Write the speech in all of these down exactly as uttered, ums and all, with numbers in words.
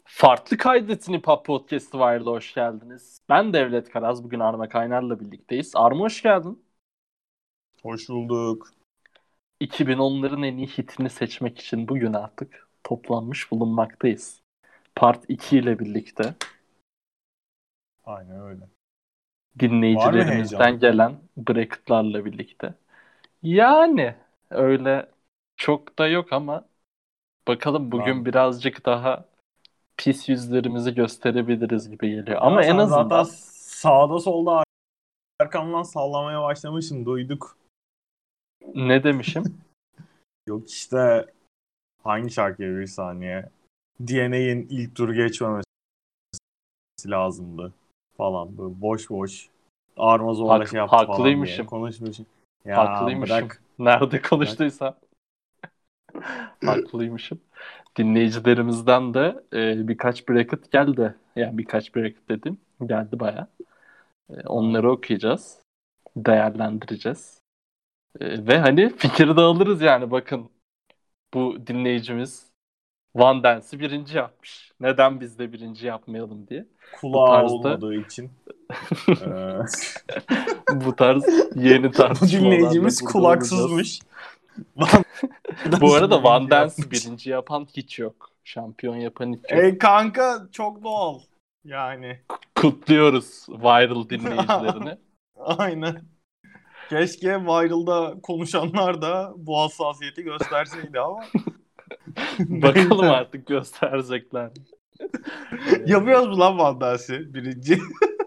Farklı Kaydetin Hip Hop Podcast'ı vardı, hoş geldiniz. Ben Devlet Karaz, bugün Arma Kaynar'la birlikteyiz. Arma hoş geldin. Hoş bulduk. iki bin onların en iyi hitini seçmek için bugün artık toplanmış bulunmaktayız. Part iki ile birlikte. Aynen öyle. Dinleyicilerimizden gelen bracketlarla birlikte. Yani öyle çok da yok ama bakalım bugün ben... birazcık daha pis yüzlerimizi gösterebiliriz gibi geliyor. Ya ama en azından zaten sağda solda arkamdan sallamaya başlamışım, duyduk. Ne demişim? Yok işte hangi şarkıya bir saniye. D N A'nin ilk tur geçmemesi lazımdı falan, böyle boş boş. Arma zorla Hak, şey yaptı haklıymışım. falan diye konuşmuşum. Ya haklıymışım. Bırak. Nerede konuştuysam. Haklıymışım. Dinleyicilerimizden de e, birkaç bracket geldi. Yani birkaç bracket dedim. Geldi bayağı. E, onları Aa. okuyacağız. Değerlendireceğiz. E, ve hani fikir de alırız yani. Bakın bu dinleyicimiz One Dance'i birinci yapmış. Neden biz de birinci yapmayalım diye. Kulağı bu tarzda... olmadığı için. Bu tarz yeni tartışmalarla bu dinleyicimiz kulaksızmış. Bu arada One Dance'i birinci yapan hiç yok. Şampiyon yapan hiç yok. E kanka çok doğal. Yani. Kutluyoruz viral dinleyicilerini. Aynen. Keşke viral'da konuşanlar da bu hassasiyeti gösterseydi ama. Bakalım artık gösterecekler. Yapıyoruz mu lan One Dance'i birinci?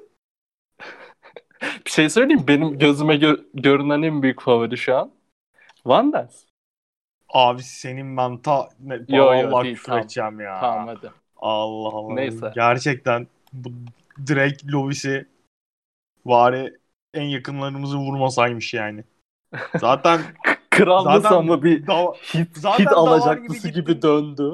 Bir şey söyleyeyim, benim gözüme gö- görünen en büyük favori şu an One Dance. Abi senin ben ta ne, yo, yo, Allah değil, küfür tamam. edeceğim ya. Tamam hadi. Allah Allah. Neyse. Gerçekten bu Drake lobisi bari en yakınlarımızı vurmasaymış yani. Zaten kral nasıl ama bir da, hit, zaten hit alacaklısı gibi, gibi döndü.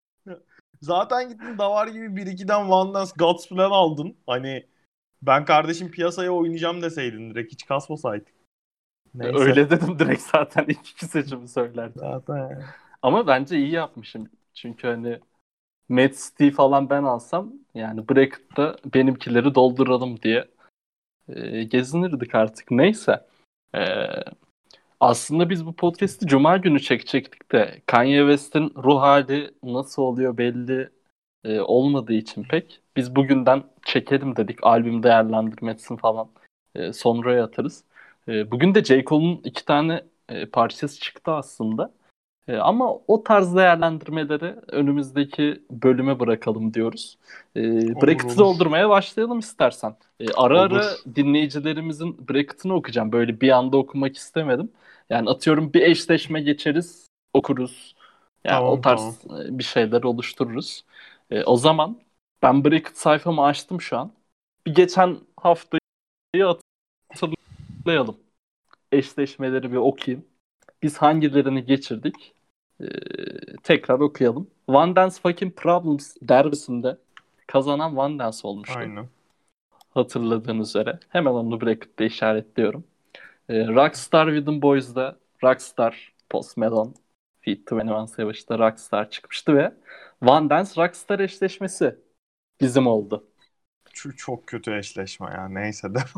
Zaten gittin davar gibi bir ikiden One Dance Gods falan aldın. Hani ben kardeşim piyasaya oynayacağım deseydin direkt, hiç kasmasaydın. Neyse. Öyle dedim direkt zaten ilk iki seçimi söylerdim. Zaten. Ama bence iyi yapmışım. Çünkü hani Mad City falan ben alsam yani bracket'ta benimkileri dolduralım diye e, gezinirdik artık. Neyse. E, aslında biz bu podcast'i Cuma günü çekecektik de Kanye West'in ruh hali nasıl oluyor belli e, olmadığı için pek. Biz bugünden çekelim dedik. Albüm değerlendirmesini falan e, sonraya atarız. E, bugün de J. Cole'un iki tane e, parçası çıktı aslında. E, ama o tarz değerlendirmeleri önümüzdeki bölüme bırakalım diyoruz. E, bracket'ı doldurmaya başlayalım istersen. E, ara olur. Ara dinleyicilerimizin bracket'ını okuyacağım. Böyle bir anda okumak istemedim. Yani atıyorum bir eşleşme geçeriz, okuruz. Yani tamam, o tarz tamam. bir şeyler oluştururuz. E, o zaman ben bracket sayfamı açtım şu an. Bir geçen haftayı hatırlayalım. Eşleşmeleri bir okuyayım. Biz hangilerini geçirdik? Ee, tekrar okuyalım. One Dance Fucking Problems derbisinde kazanan One Dance olmuştu. Aynen. Hatırladığınız üzere. Hemen onu bracket'te işaretliyorum. Ee, Rockstar Within Boys'da Rockstar, Post Malone, Feat. yirmi bir Savage'da Rockstar çıkmıştı ve One Dance Rockstar eşleşmesi bizim oldu. Şu çok kötü eşleşme ya. Neyse de.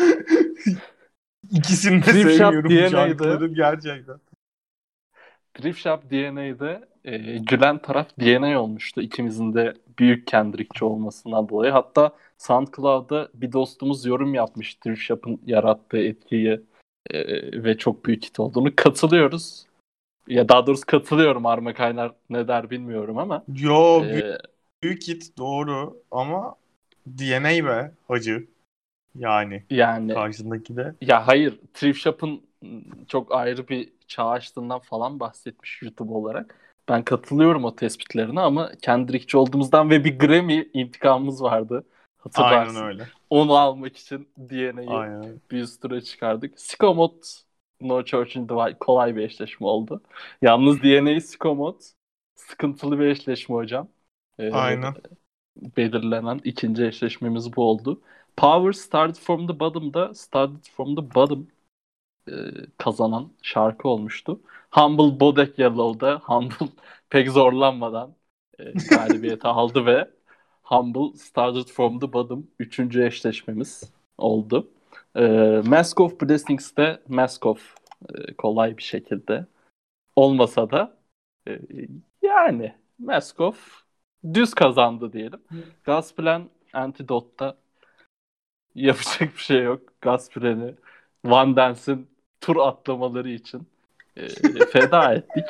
İkisini de sevmiyorum şarkıların gerçekten. Thrift Shop D N A'de e, gülen taraf D N A olmuştu. İkimizin de büyük Kendrick'çi olmasından dolayı. Hatta SoundCloud'da bir dostumuz yorum yapmış Thrift Shop'ın yarattığı etkiyi e, ve çok büyük hit olduğunu. Katılıyoruz. Ya daha doğrusu katılıyorum. Arma Kaynar ne der bilmiyorum ama. Yo e, büyük, büyük hit doğru ama D N A be hacı. Yani, yani karşısındaki de. Ya hayır, Thrift Shop'ın çok ayrı bir çağ açtığından falan bahsetmiş YouTube olarak. Ben katılıyorum o tespitlerine ama Kendrick'çi olduğumuzdan ve bir Grammy intikamımız vardı. Hatırlarsın. Aynen öyle. Onu almak için D N A'yı bir üst tura çıkardık. Skomot, No Church in the kolay bir eşleşme oldu. Yalnız D N A Skomot sıkıntılı bir eşleşme hocam. Ee, Aynen. Belirlenen ikinci eşleşmemiz bu oldu. Power Started From The Bottom'da Started From The Bottom e, kazanan şarkı olmuştu. Humble Bodak Yellow'da Humble pek zorlanmadan e, galibiyeti aldı ve Humble started from the bottom. Üçüncü eşleşmemiz oldu. E, Mask of Blessings'te Mask of e, kolay bir şekilde olmasa da e, yani Mask of düz kazandı diyelim. Gasplan Antidote'da yapacak bir şey yok. Gasplan'i Van Dance'in tur atlamaları için e, feda ettik.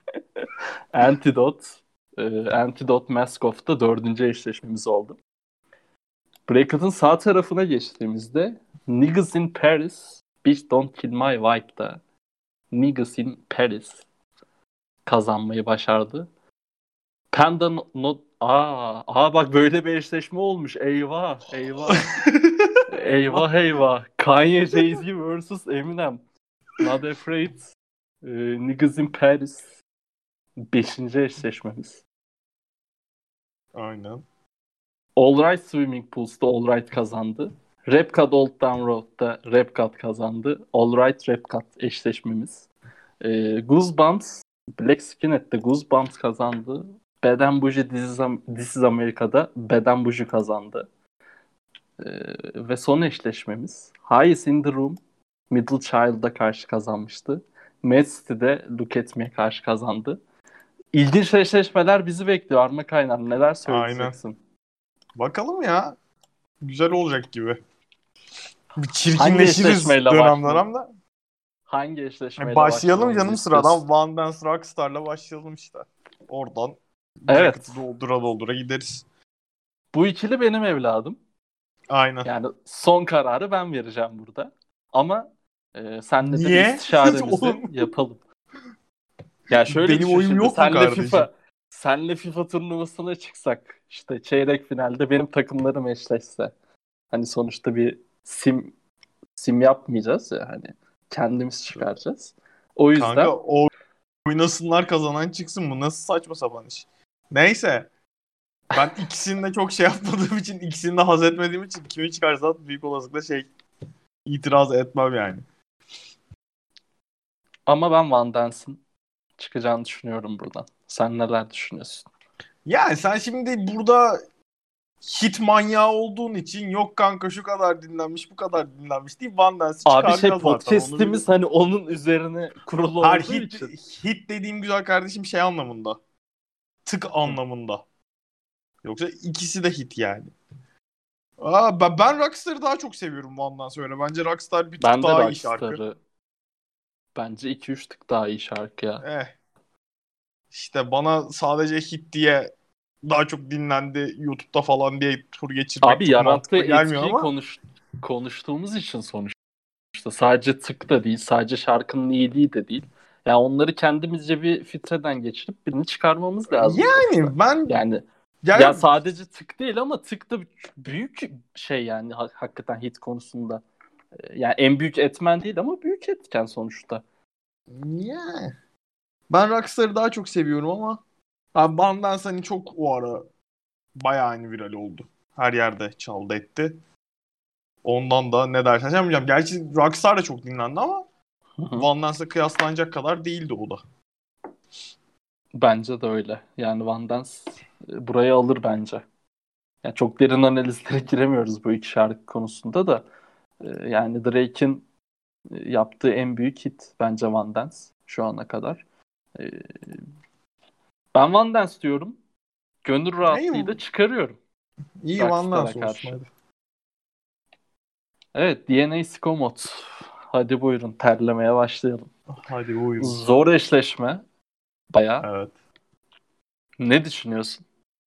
Antidote e, Antidote Mask Off'ta dördüncü eşleşmemiz oldu. Bracket'ın sağ tarafına geçtiğimizde Niggas in Paris Bitch Don't Kill My Vibe'da Niggas in Paris kazanmayı başardı. Panda Not... Aa, aa bak böyle bir eşleşme olmuş. Eyvah, eyvah. eyvah, eyvah. Kanye Jay-Z vs Eminem. Not Afraid. E, Niggas in Paris. Beşinci eşleşmemiz. Aynen. All Right Swimming Pools'ta All Right kazandı. Rap God Old Town Road'da Rap God kazandı. All Right Rap God eşleşmemiz. E, Goosebumps Black Skinhead'de Goosebumps kazandı. Bad and Bougie This is America'da Bad and Bougie kazandı. E, ve son eşleşmemiz Highest in the Room Middle Child'a karşı kazanmıştı. Mad City'de Look At Me'ye karşı kazandı. İlginç eşleşmeler bizi bekliyor Arma Kaynar. Neler söyleyeceksin? Aynen. Bakalım ya. Güzel olacak gibi. Bir Hangi çirkinleşiriz eşleşmeyle dönem başlayalım? dönem de. Hangi eşleşmeyle Yani başlayalım başlamamızı canım istiyorsun? sıradan. Van Dance Rockstar'la başlayalım işte. Oradan Evet. bracket'ı doldura doldura gideriz. Bu ikili benim evladım. Aynen. Yani son kararı ben vereceğim burada. Ama e, senle de bir Niye? istişaremizi Oğlum. yapalım. Ya şöyle Benim düşün oyum şimdi, yok mu senle kardeşim? FIFA senle FIFA turnuvasına çıksak işte çeyrek finalde benim takımlarım eşleşse. Hani sonuçta bir sim sim yapmayacağız ya, hani kendimiz çıkaracağız. O yüzden Kanka o oynasınlar, kazanan çıksın, bu nasıl saçma sapan iş. Neyse. Ben ikisini de çok şey yapmadığım için, ikisini de haz etmediğim için kimi çıkarsa büyük olasılıkla şey itiraz etmem yani. ama ben Van Dance'ın çıkacağını düşünüyorum buradan. Sen neler düşünüyorsun? Yani sen şimdi burada hit manyağı olduğun için yok kanka şu kadar dinlenmiş bu kadar dinlenmiş deyip Van Dance'i Abi şey çıkaracağız zaten. podcast'imiz hani onun üzerine kurulu Her olduğu hit, için. hit dediğim güzel kardeşim şey anlamında. Tık anlamında. Yoksa ikisi de hit yani. Aa, ben, ben Rockstar'ı daha çok seviyorum Van'dan sonra. Bence Rockstar bir tık Ben de daha iyi şarkı. Rockstar'ı bence iki üç tık daha iyi şarkı ya. Eh. İşte bana sadece hit diye daha çok dinlendi YouTube'da falan diye tur geçirmek Abi çok yarattığı mantıklı gelmiyor etkiyi ama. konuş, konuştuğumuz için sonuçta. Sadece tık da değil, sadece şarkının iyiliği de değil. Yani onları kendimizce bir filtreden geçirip birini çıkarmamız lazım Yani sonuçta. ben Yani yani, ya sadece tık değil ama tık da büyük şey yani ha- hakikaten hit konusunda. Ee, Yani en büyük etmen değil ama büyük etken sonuçta. yani. Ben Rockstar'ı daha çok seviyorum ama abi Van Dance hani çok o ara bayağı hani viral oldu. Her yerde çaldı etti. Ondan da ne dersen şey yapmayacağım. Gerçi Rockstar da çok dinlendi ama Hı hı. Van Dance'la kıyaslanacak kadar değildi o da. Bence de öyle. Yani Van Dance e, burayı alır bence. Yani çok derin analizlere giremiyoruz bu iki şarkı konusunda da. Ee, Yani Drake'in e, yaptığı en büyük hit bence Van Dance şu ana kadar. Ee, Ben Van Dance diyorum. Gönül rahatlığıyla İyi, çıkarıyorum iyi Van Rockstar'a Dance olsun karşı. hadi. Evet, D N A Skomot. Hadi buyurun terlemeye başlayalım. Hadi buyurun. Zor eşleşme. Bayağı. Evet. Ne düşünüyorsun?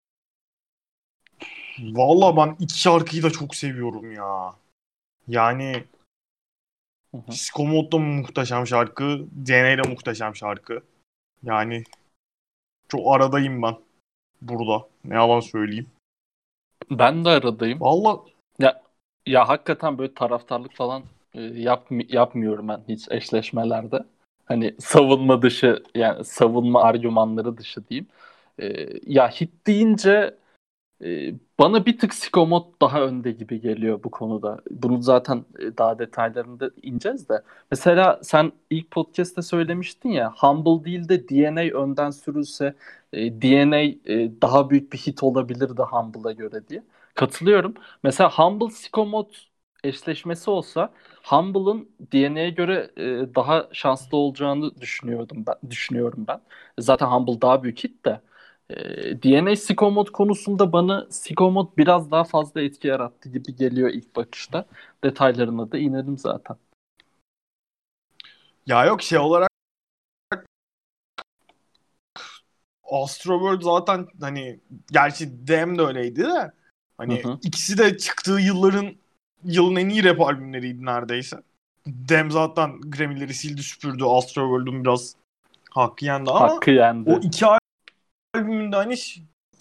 Valla ben iki şarkıyı da çok seviyorum ya. Yani Hı hı. Skomot da muhteşem şarkı. D N A da muhteşem şarkı. Yani çok aradayım ben burada. Ne yalan söyleyeyim. Ben de aradayım. Valla Ya ya hakikaten böyle taraftarlık falan e, yap, yapmıyorum ben hiç eşleşmelerde. Hani savunma dışı, yani savunma argümanları dışı diyeyim. E, ya hit deyince Ee, bana bir tık Skomod daha önde gibi geliyor bu konuda. Bunu zaten e, daha detaylarında ineceğiz de. Mesela sen ilk podcast'te söylemiştin ya, Humble değil de D N A önden sürülse e, D N A e, daha büyük bir hit olabilirdi Humble'a göre diye. Katılıyorum. Mesela Humble Skomod eşleşmesi olsa Humble'ın D N A'ya göre e, daha şanslı olacağını düşünüyordum ben, düşünüyorum ben. Zaten Humble daha büyük hit de. E, D N A Skomod konusunda bana Skomod biraz daha fazla etki yarattı gibi geliyor ilk bakışta. Detaylarına da inelim zaten. Ya yok şey olarak Astroworld zaten hani gerçi Dem de öyleydi de Hı hani hı. ikisi de çıktığı yılların yılın en iyi rap albümleriydi neredeyse. Dem zaten Grammy'leri sildi süpürdü. Astroworld'un biraz hakkı yendi ama Hakkı o yendi. iki albümünde hani ş-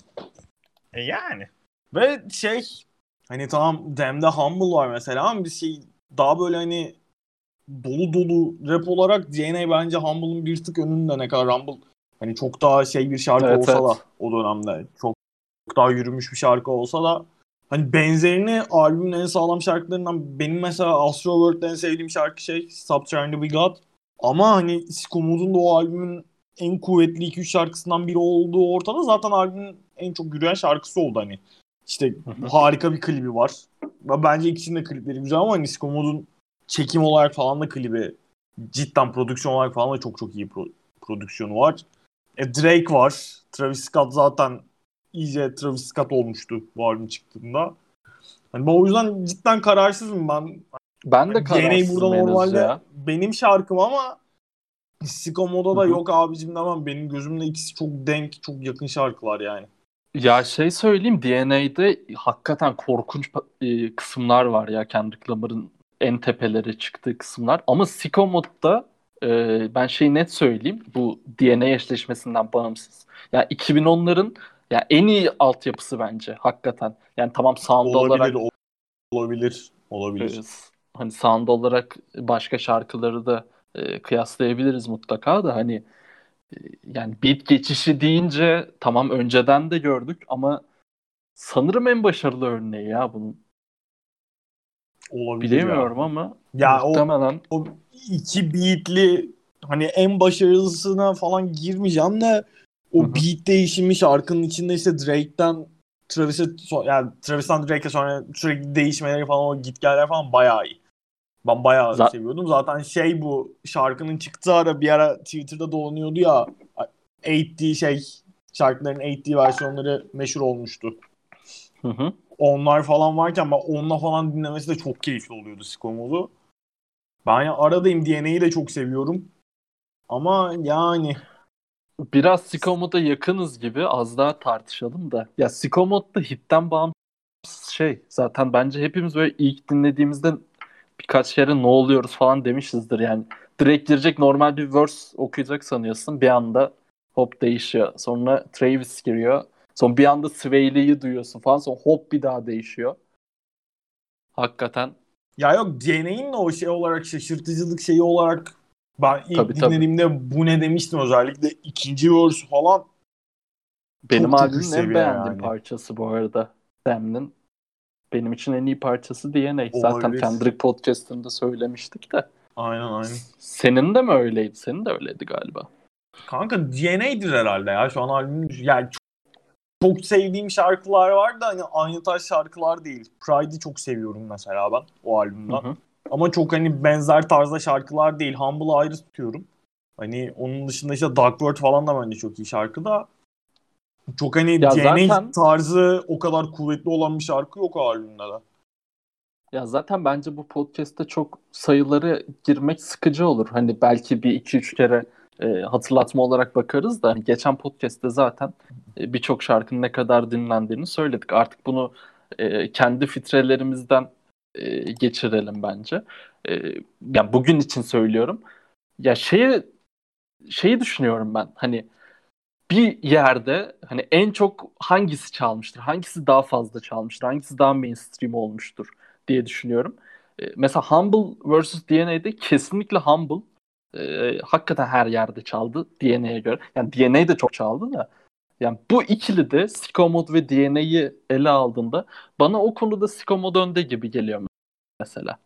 e yani ve şey hani tamam Dem'de Humble var mesela ama bir şey daha böyle hani dolu dolu rap olarak D N A bence Humble'ın bir tık önünde ne kadar Humble hani çok daha şey bir şarkı Evet, olsa da evet. o dönemde çok daha yürümüş bir şarkı olsa da hani benzerini albümün en sağlam şarkılarından benim mesela Astroworld'da en sevdiğim şarkı şey Stop Trying to Be God ama hani Skomod'un da o albümün en kuvvetli iki üç şarkısından biri olduğu ortada zaten albümün en çok yürüyen şarkısı oldu hani. İşte Hı hı. harika bir klibi var. Ve bence ikisinin de klipleri güzel ama hani Skomod'un çekim olarak falan da klibi cidden prodüksiyon olarak falan da çok çok iyi pro- prodüksiyonu var. E, Drake var. Travis Scott zaten iyice Travis Scott olmuştu bu albüm çıktığında. Hani ben o yüzden cidden kararsızım ben. Ben de Hani D N A burada kararsızım henüz normalde ya. benim şarkım ama Sikomo'da Hı da hı. yok abicim demem. Benim gözümde ikisi çok denk, çok yakın şarkılar yani. Ya şey söyleyeyim, D N A'de hakikaten korkunç e, kısımlar var ya, Kendrick Lamar'ın en tepelere çıktığı kısımlar. Ama Sicko Mode'da e, ben şeyi net söyleyeyim, bu D N A eşleşmesinden bağımsız. Ya iki bin onların ya en iyi altyapısı bence hakikaten. Yani tamam sound Olabilir, olarak olabilir, e, olabilir. s- hani sound olarak başka şarkıları da e, kıyaslayabiliriz mutlaka da, hani e, yani beat geçişi deyince tamam önceden de gördük ama sanırım en başarılı örneği ya bunun. Olabilir ya. Bilemiyorum ama Ya o, muhtemelen. o iki beatli hani en başarılısına falan girmeyeceğim de Hı o hı. beat değişimi şarkının içinde işte Drake'den Travis'e so- yani Travis'ten Drake'e sonra sürekli değişmeleri falan o gitgeller falan bayağı iyi. Ben bayağı Za- seviyordum. Zaten şey bu şarkının çıktığı ara bir ara Twitter'da dolanıyordu ya sekiz D şey şarkıların sekiz D versiyonları meşhur olmuştu. hı hı. Onlar falan varken ben onunla falan dinlemesi de çok keyifli oluyordu Sikomo'lu. Ben ya aradayım D N A'yı de çok seviyorum. Ama yani Biraz Sicko yakınız gibi, az daha tartışalım da. Ya Sicko da hitten bağımsız şey. Zaten bence hepimiz böyle ilk dinlediğimizde birkaç kere ne oluyoruz falan demişizdir. Yani direkt girecek, normal bir verse okuyacak sanıyorsun. Bir anda hop değişiyor. Sonra Travis giriyor. Sonra bir anda Sway duyuyorsun falan. Sonra hop bir daha değişiyor. Hakikaten. ya yok D N A'nin de o şey olarak şaşırtıcılık şeyi olarak ben ilk Tabii, tabii. dinlediğimde bu ne demiştim özellikle ikinci verse falan Benim çok çok üst albümün en seviye beğendiğim yani. parçası bu arada. Damn'in. Benim için en iyi parçası D N A. Zaten Olabilir. Kendrick Podcast'ında söylemiştik de. Aynen aynen. S- Senin de mi öyleydi? Senin de öyleydi galiba. Kanka D N A'dir herhalde ya şu an albümün yani çok, çok sevdiğim şarkılar var da hani aynı tarz şarkılar değil. Pride'i çok seviyorum mesela ben o Hı albümden. hı. Ama çok hani benzer tarzda şarkılar değil. Humble'ı ayrı tutuyorum. Hani onun dışında işte Dark World falan da bence çok iyi şarkı da. Çok hani Ya D N A zaten tarzı o kadar kuvvetli olan bir şarkı yok o albümde de. ya zaten bence bu podcast'te çok sayıları girmek sıkıcı olur. Hani belki bir iki üç kere e, hatırlatma olarak bakarız da, hani geçen podcast'te zaten e, birçok şarkının ne kadar dinlendiğini söyledik. Artık bunu e, kendi filtrelerimizden e, geçirelim bence. E, yani bugün için söylüyorum. Ya şeyi şeyi düşünüyorum ben. Hani bir yerde hani en çok hangisi çalmıştır? Hangisi daha fazla çalmıştır? Hangisi daha mainstream olmuştur diye düşünüyorum. E, mesela Humble versus D N A'de kesinlikle Humble e, hakikaten her yerde çaldı D N A'ya göre. Yani D N A de çok çaldı da. Yani bu ikili de Skomod ve D N A'yı ele aldığında bana o konuda Skomod önde gibi geliyor mesela.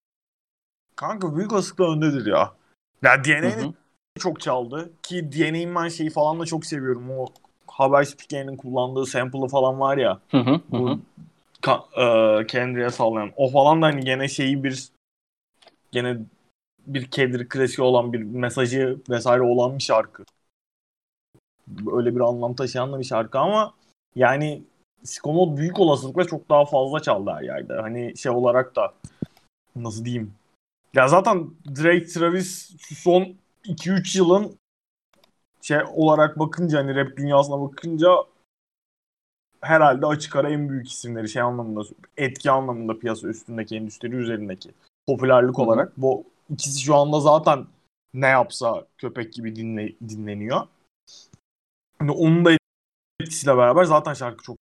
Kanka büyük olasılıkla öndedir ya. Ya Hı D N A'nin hı. çok çaldı. Ki D N A'nin ben şeyi falan da çok seviyorum. O haber spikerinin kullandığı sample'ı falan var ya. Hı hı hı. Bu Hı. ka- e, Kendrick'e sallayan. O falan da hani gene şeyi bir gene bir Kendrick klasiği olan bir mesajı vesaire olan bir şarkı. Öyle bir anlam taşıyan da bir şarkı ama yani Skomod büyük olasılıkla çok daha fazla çaldı her yerde. Hani şey olarak da nasıl diyeyim. Ya zaten Drake, Travis şu son iki üç yılın şey olarak bakınca hani rap dünyasına bakınca herhalde açık ara en büyük isimleri şey anlamında etki anlamında piyasa üstündeki endüstri üzerindeki popülerlik Hı hı. olarak bu ikisi şu anda zaten ne yapsa köpek gibi dinle, dinleniyor. Hani onun da etkisiyle beraber zaten şarkı çok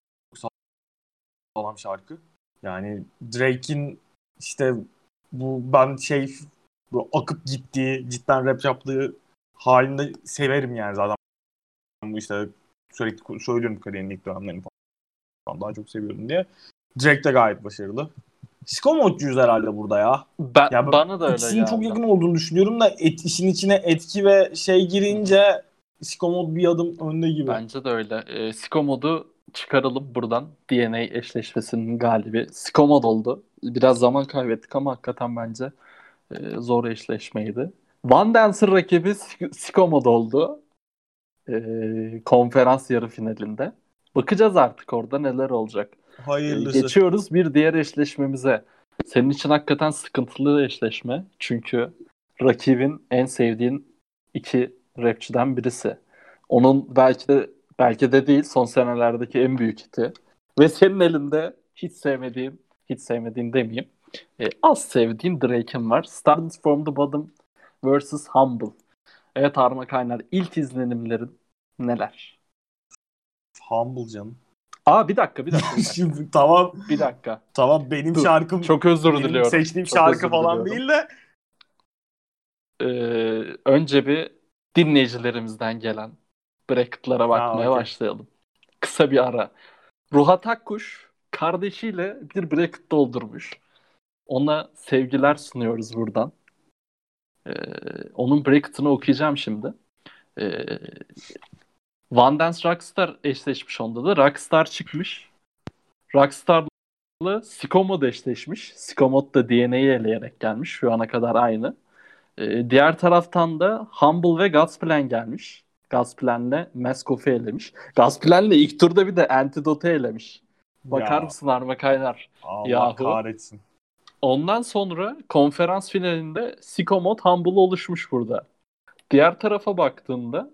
sağlam şarkı. Yani Drake'in işte bu ben şey bu akıp gittiği cidden rap yaptığı halinde severim yani zaten bu işte sürekli söylüyorum kariyerin ilk dönemlerini falan daha çok seviyorum diye. Drake de gayet başarılı. Skomodcuyuz herhalde burada ya. Ben, Ya ben bana da öyle ikisinin çok geldi. yakın olduğunu düşünüyorum da et, işin içine etki ve şey Hı hı. girince Skomod bir adım önde gibi. Bence de öyle. E, Skomod'u çıkaralım buradan. D N A eşleşmesinin galibi Skomod oldu. Biraz zaman kaybettik ama hakikaten bence e, zor eşleşmeydi. One Dancer rakibi Sk- Skomod oldu. E, konferans yarı finalinde. Bakacağız artık orada neler olacak. E, Hayırlısı. geçiyoruz bir diğer eşleşmemize. Senin için hakikaten sıkıntılı eşleşme. Çünkü rakibin en sevdiğin iki rapçiden birisi. Onun belki de belki de değil son senelerdeki en büyük hiti. Ve senin elinde hiç sevmediğin, hiç sevmediğin demeyeyim. e, az sevdiğin Drake'in var. Started from the Bottom versus. Humble. Evet Arma Kaynar, ilk izlenimlerin neler? Humble canım. Aa bir dakika bir dakika bir dakika. Şimdi tamam. Bir dakika. Tamam benim Dur. şarkım Çok özür benim diliyorum. seçtiğim Çok şarkı özür falan diliyorum. değil de Ee, önce bir dinleyicilerimizden gelen bracket'lara ha bakmaya okey. başlayalım. Kısa bir ara. Ruhat Akkuş kardeşiyle bir bracket doldurmuş. Ona sevgiler sunuyoruz buradan. Ee, onun bracket'ını okuyacağım şimdi. Ee, One Dance Rockstar eşleşmiş onda da. Rockstar çıkmış. Rockstar'la Skomod eşleşmiş. Skomod da D N A'yı eleyerek gelmiş. Şu ana kadar aynı. Ee, diğer taraftan da Humble ve Godsplan gelmiş. Godsplan'le Maskof'u elemiş. Godsplan'le ilk turda bir de Antidote'u elemiş. Bakar Ya mısın Arma Kaynar? Allah Yahu. kahretsin. Ondan sonra konferans finalinde Skomod Humble oluşmuş burada. Diğer tarafa baktığında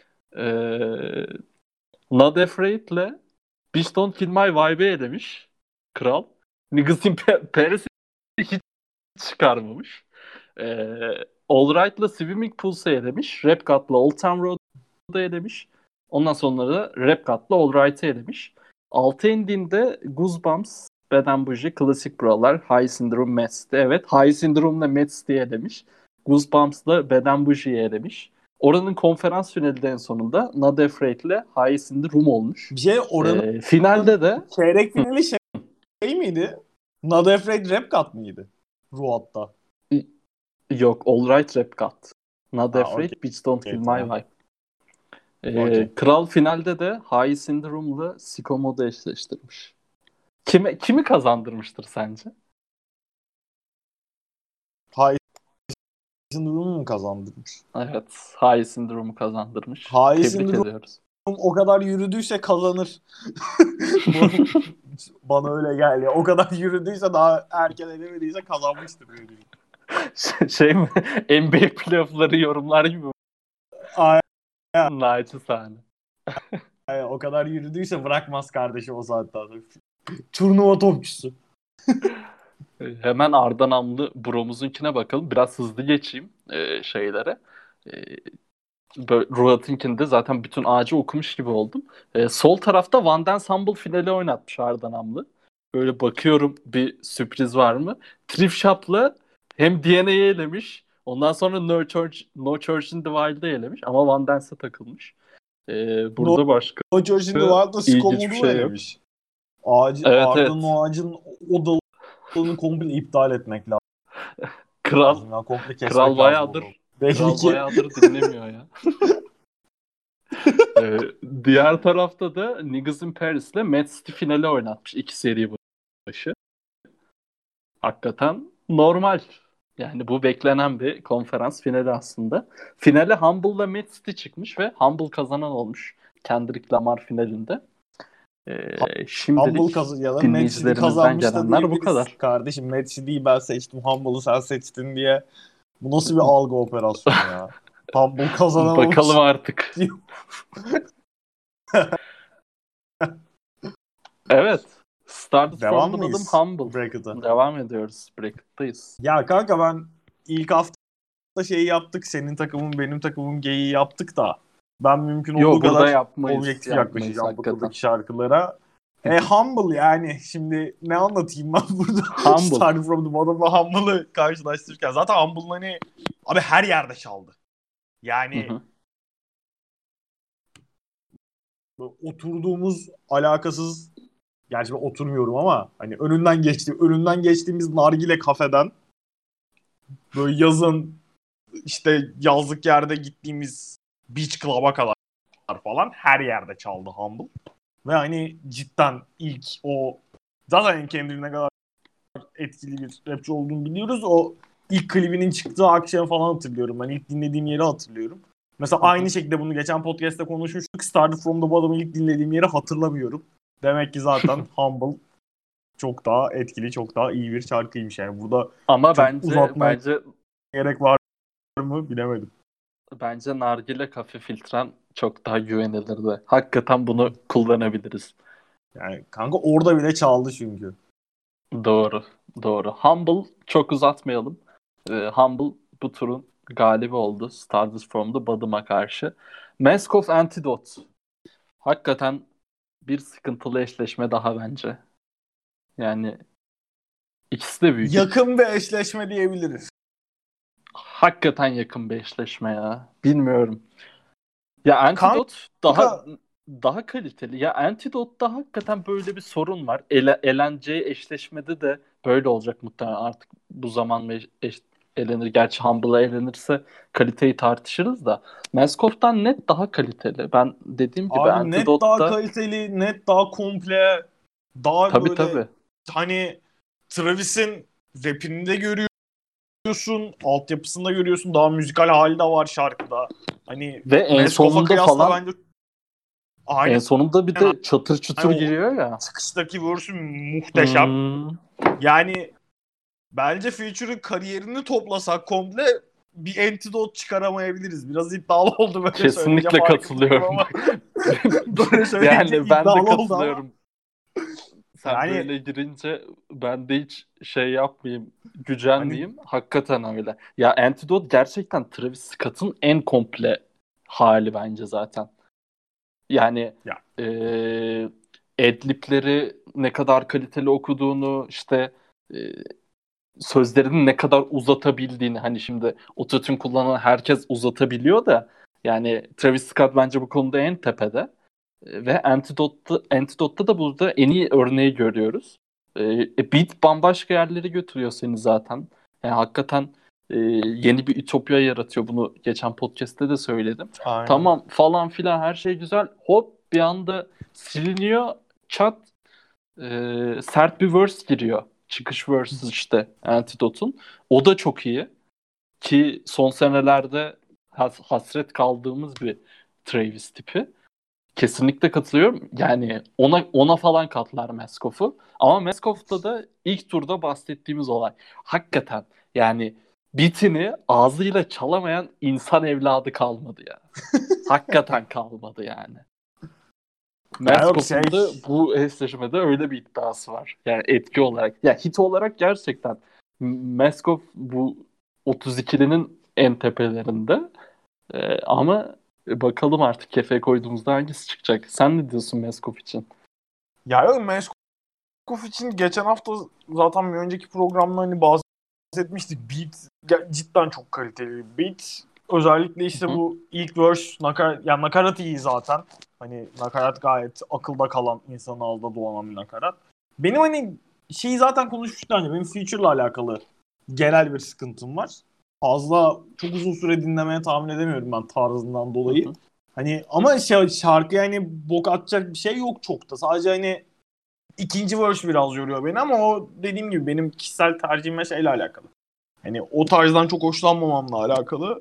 ee, Not Afraid'le Bitch Don't Kill My Vibe'i elemiş. Kral. Niggas in Pa- Paris'i hiç çıkarmamış. Ee, All Right'la Swimming Pools'u elemiş. Rap God'la Old Town Road'u elemiş. Ondan sonra da Rap God'la All Right'ı elemiş. Altı indiğinde Goosebumps, Bad and Bougie, Classic Brawler, High Syndrome, Mats'ti. Evet, High Syndrome'la Mats diye elemiş. Goosebumps Bad and Bougie'yi elemiş. Oranın konferans finali de en sonunda Not Afraid'le High Syndrome olmuş. Bir şey oranın Ee, finalde de çeyrek finali şey, şey miydi? Not Afraid Rap God mıydı? Ruat'ta. yok, All Right Rap God. Not Ha okey Afraid, Bitch Don't Kill My tamam. Vibe. Ee, Okey. Kral finalde de High Syndrome'la Sikomo'da eşleştirmiş. Kime, kimi kazandırmıştır sence? High Syndrome'u mu kazandırmış? Evet, High Syndrome'u kazandırmış. High Tebrik Syndrome ediyoruz. o kadar yürüdüyse kazanır. Bu- Bana öyle geldi. O kadar yürüdüyse daha erken edemediyse kazanmıştır diye düşünüyorum. Şey, şey mi? N B A playoff'ları yorumlar gibi mi? Aynen. Naçizane. O kadar yürüdüyse bırakmaz kardeşim o saatten sonra. Turnuva topçusu. Hemen Arda Namlı Bro'muzunkine bakalım. Biraz hızlı geçeyim e, şeylere. E, böyle Ruat'ınkinde zaten bütün ağacı okumuş gibi oldum. E, sol tarafta Van Dance Humble finali oynatmış Arda Namlı. Böyle bakıyorum bir sürpriz var mı? Thrift Shop'la hem D N A'yı elemiş. Ondan sonra No Church, No Church in the Wild'ı elemiş. Ama Van Dance'e takılmış. Ee, burada başka Koço şimdi vardı ilginç skomodu bir mu şey yok. denemiş? Ağacı, Evet ardının evet. o ağacın o dalını komple iptal etmek Kral lazım. Ya komple kral kesmek lazım onu. bayağıdır Belli kral ki. bayağıdır dinlemiyor ya. Ee, diğer tarafta da Niggas in Paris'le Man City finali oynatmış iki seri başı. Hakikaten normal. Yani bu beklenen bir konferans finali aslında. Finale Humble'la Man City çıkmış ve Humble kazanan olmuş. Kendrick Lamar finalinde. Ee, Humble şimdilik kaz ya da Mad City dinleyicilerimizden kazanmış da gelenler bu diyebiliriz. kadar. Kardeşim Mad City'yi ben seçtim. Humble'ı sen seçtin diye. Bu nasıl bir algı operasyonu ya? Humble Bakalım kazanamamış. artık. Evet. Started from Devam the bottom mıyız humble. bracket'a? Devam ediyoruz. Bracket'tayız. Ya kanka ben ilk hafta şeyi yaptık. Senin takımın benim takımım geyiği yaptık da. Ben mümkün Yo olduğu burada kadar yapmayız. objektif Yapmayız yaklaşacağım hakikaten. buradaki şarkılara. E Humble yani. Şimdi ne anlatayım ben burada? Humble. Starting from the bottom'la Humble'ı karşılaştırırken. Zaten Humble'ın hani abi her yerde çaldı. Hı Yani hı. oturduğumuz alakasız, gerçi ben oturmuyorum ama hani önünden geçti, önünden geçtiğimiz nargile kafeden böyle yazın işte yazlık yerde gittiğimiz beach club'a kadar falan her yerde çaldı Humble. Ve hani cidden ilk o zaten kendine ne kadar etkili bir rapçi olduğunu biliyoruz. O ilk klibinin çıktığı akşam falan hatırlıyorum. Ben ilk dinlediğim yeri hatırlıyorum. Mesela Hı hı. aynı şekilde bunu geçen podcast'te konuşmuştuk. Started from the bottom'ı ilk dinlediğim yeri hatırlamıyorum. Demek ki zaten Humble çok daha etkili, çok daha iyi bir şarkıymış. Yani burada Ama çok bence uzatmaya bence gerek var mı bilemedim. bence nargile kafe filtren çok daha güvenilirdi. Hakikaten bunu kullanabiliriz. Yani kanka orada bile çaldı çünkü. Doğru. Doğru. Humble çok uzatmayalım. Ee, Humble bu turun galibi oldu. Stardust from the Bottom'a karşı. Mask of Antidote. Hakikaten bir sıkıntılı eşleşme daha bence. Yani ikisi de büyük hit. Yakın bir eşleşme diyebiliriz. Hakikaten yakın bir eşleşme ya. Bilmiyorum. Ya Antidote daha Kanka daha kaliteli. Ya Antidote'da hakikaten böyle bir sorun var. Ele, eleneceği eşleşmede de böyle olacak muhtemelen. Artık bu zaman mı eş, eş- elenir? Gerçi Humble'a elenirse kaliteyi tartışırız da. Meskof'tan net daha kaliteli. Ben dediğim gibi abi net daha Antidote'da kaliteli, net daha komple, daha tabii böyle tabii. hani Travis'in rapini de görüyorsun, altyapısında görüyorsun. Daha müzikal hali de var şarkıda. Hani Ve en Meskof'a sonunda kıyasla falan bence en aynen sonunda bir de çatır çutur o giriyor ya. çıkıştaki verse'ü muhteşem. Hmm, Yani bence Future'ın kariyerini toplasak komple bir antidote çıkaramayabiliriz. Biraz iddialı oldu böyle söyleyince kesinlikle farkındayım katılıyorum. ama böyle söyleyince Yani ben de iddialı oldu ama katılıyorum. Sen yani böyle girince ben de hiç şey yapmayayım, hani gücenmeyeyim. Hakikaten öyle. Ya Antidote gerçekten Travis Scott'ın en komple hali bence zaten. Yani ya eee adlib'leri ne kadar kaliteli okuduğunu, işte eee, sözlerini ne kadar uzatabildiğini, hani şimdi ototune kullanan herkes uzatabiliyor da yani Travis Scott bence bu konuda en tepede. Ve Antidote'da, Antidote'da da burada en iyi örneği görüyoruz. E, Beat bambaşka yerlere götürüyor seni zaten. Yani hakikaten e, yeni bir ütopya yaratıyor. Bunu geçen podcast'te de söyledim. aynen. Tamam falan filan her şey güzel. Hop bir anda siliniyor. Çat e, sert bir verse giriyor. Çıkış verse işte Antidote'un. O da çok iyi. Ki son senelerde has- hasret kaldığımız bir Travis tipi. Kesinlikle katılıyorum. Yani ona ona falan katlar Meskof'u. Ama Meskof'ta da ilk turda bahsettiğimiz olay. Hakikaten yani bitini ağzıyla çalamayan insan evladı kalmadı ya. Hakikaten kalmadı yani. Ya yok şey Meskof'un da bu eşleşmede öyle bir iddiası var. Yani etki olarak. Ya hit olarak gerçekten Meskov bu otuz ikilinin en tepelerinde. Ee, ama bakalım artık kefeye koyduğumuzda hangisi çıkacak. Sen ne diyorsun Meskov için? ya yok Meskov için geçen hafta zaten bir önceki programda hani bahsetmiştik. Beat cidden çok kaliteli bir beat. Özellikle işte Hı. bu ilk verse nakarat, yani nakarat iyi zaten. Hani nakarat gayet akılda kalan, insanın ağzında dolanan bir nakarat. Benim hani şeyi zaten konuşmuştuk, hani benim Future'la alakalı genel bir sıkıntım var. Fazla çok uzun süre dinlemeye tahammül edemiyorum ben tarzından Hı dolayı. hı. Hani ama şey, şarkı yani bok atacak bir şey yok çok da. Sadece hani ikinci verse biraz yoruyor beni ama o dediğim gibi benim kişisel tercihime şeyle alakalı. Hani o tarzdan çok hoşlanmamamla alakalı.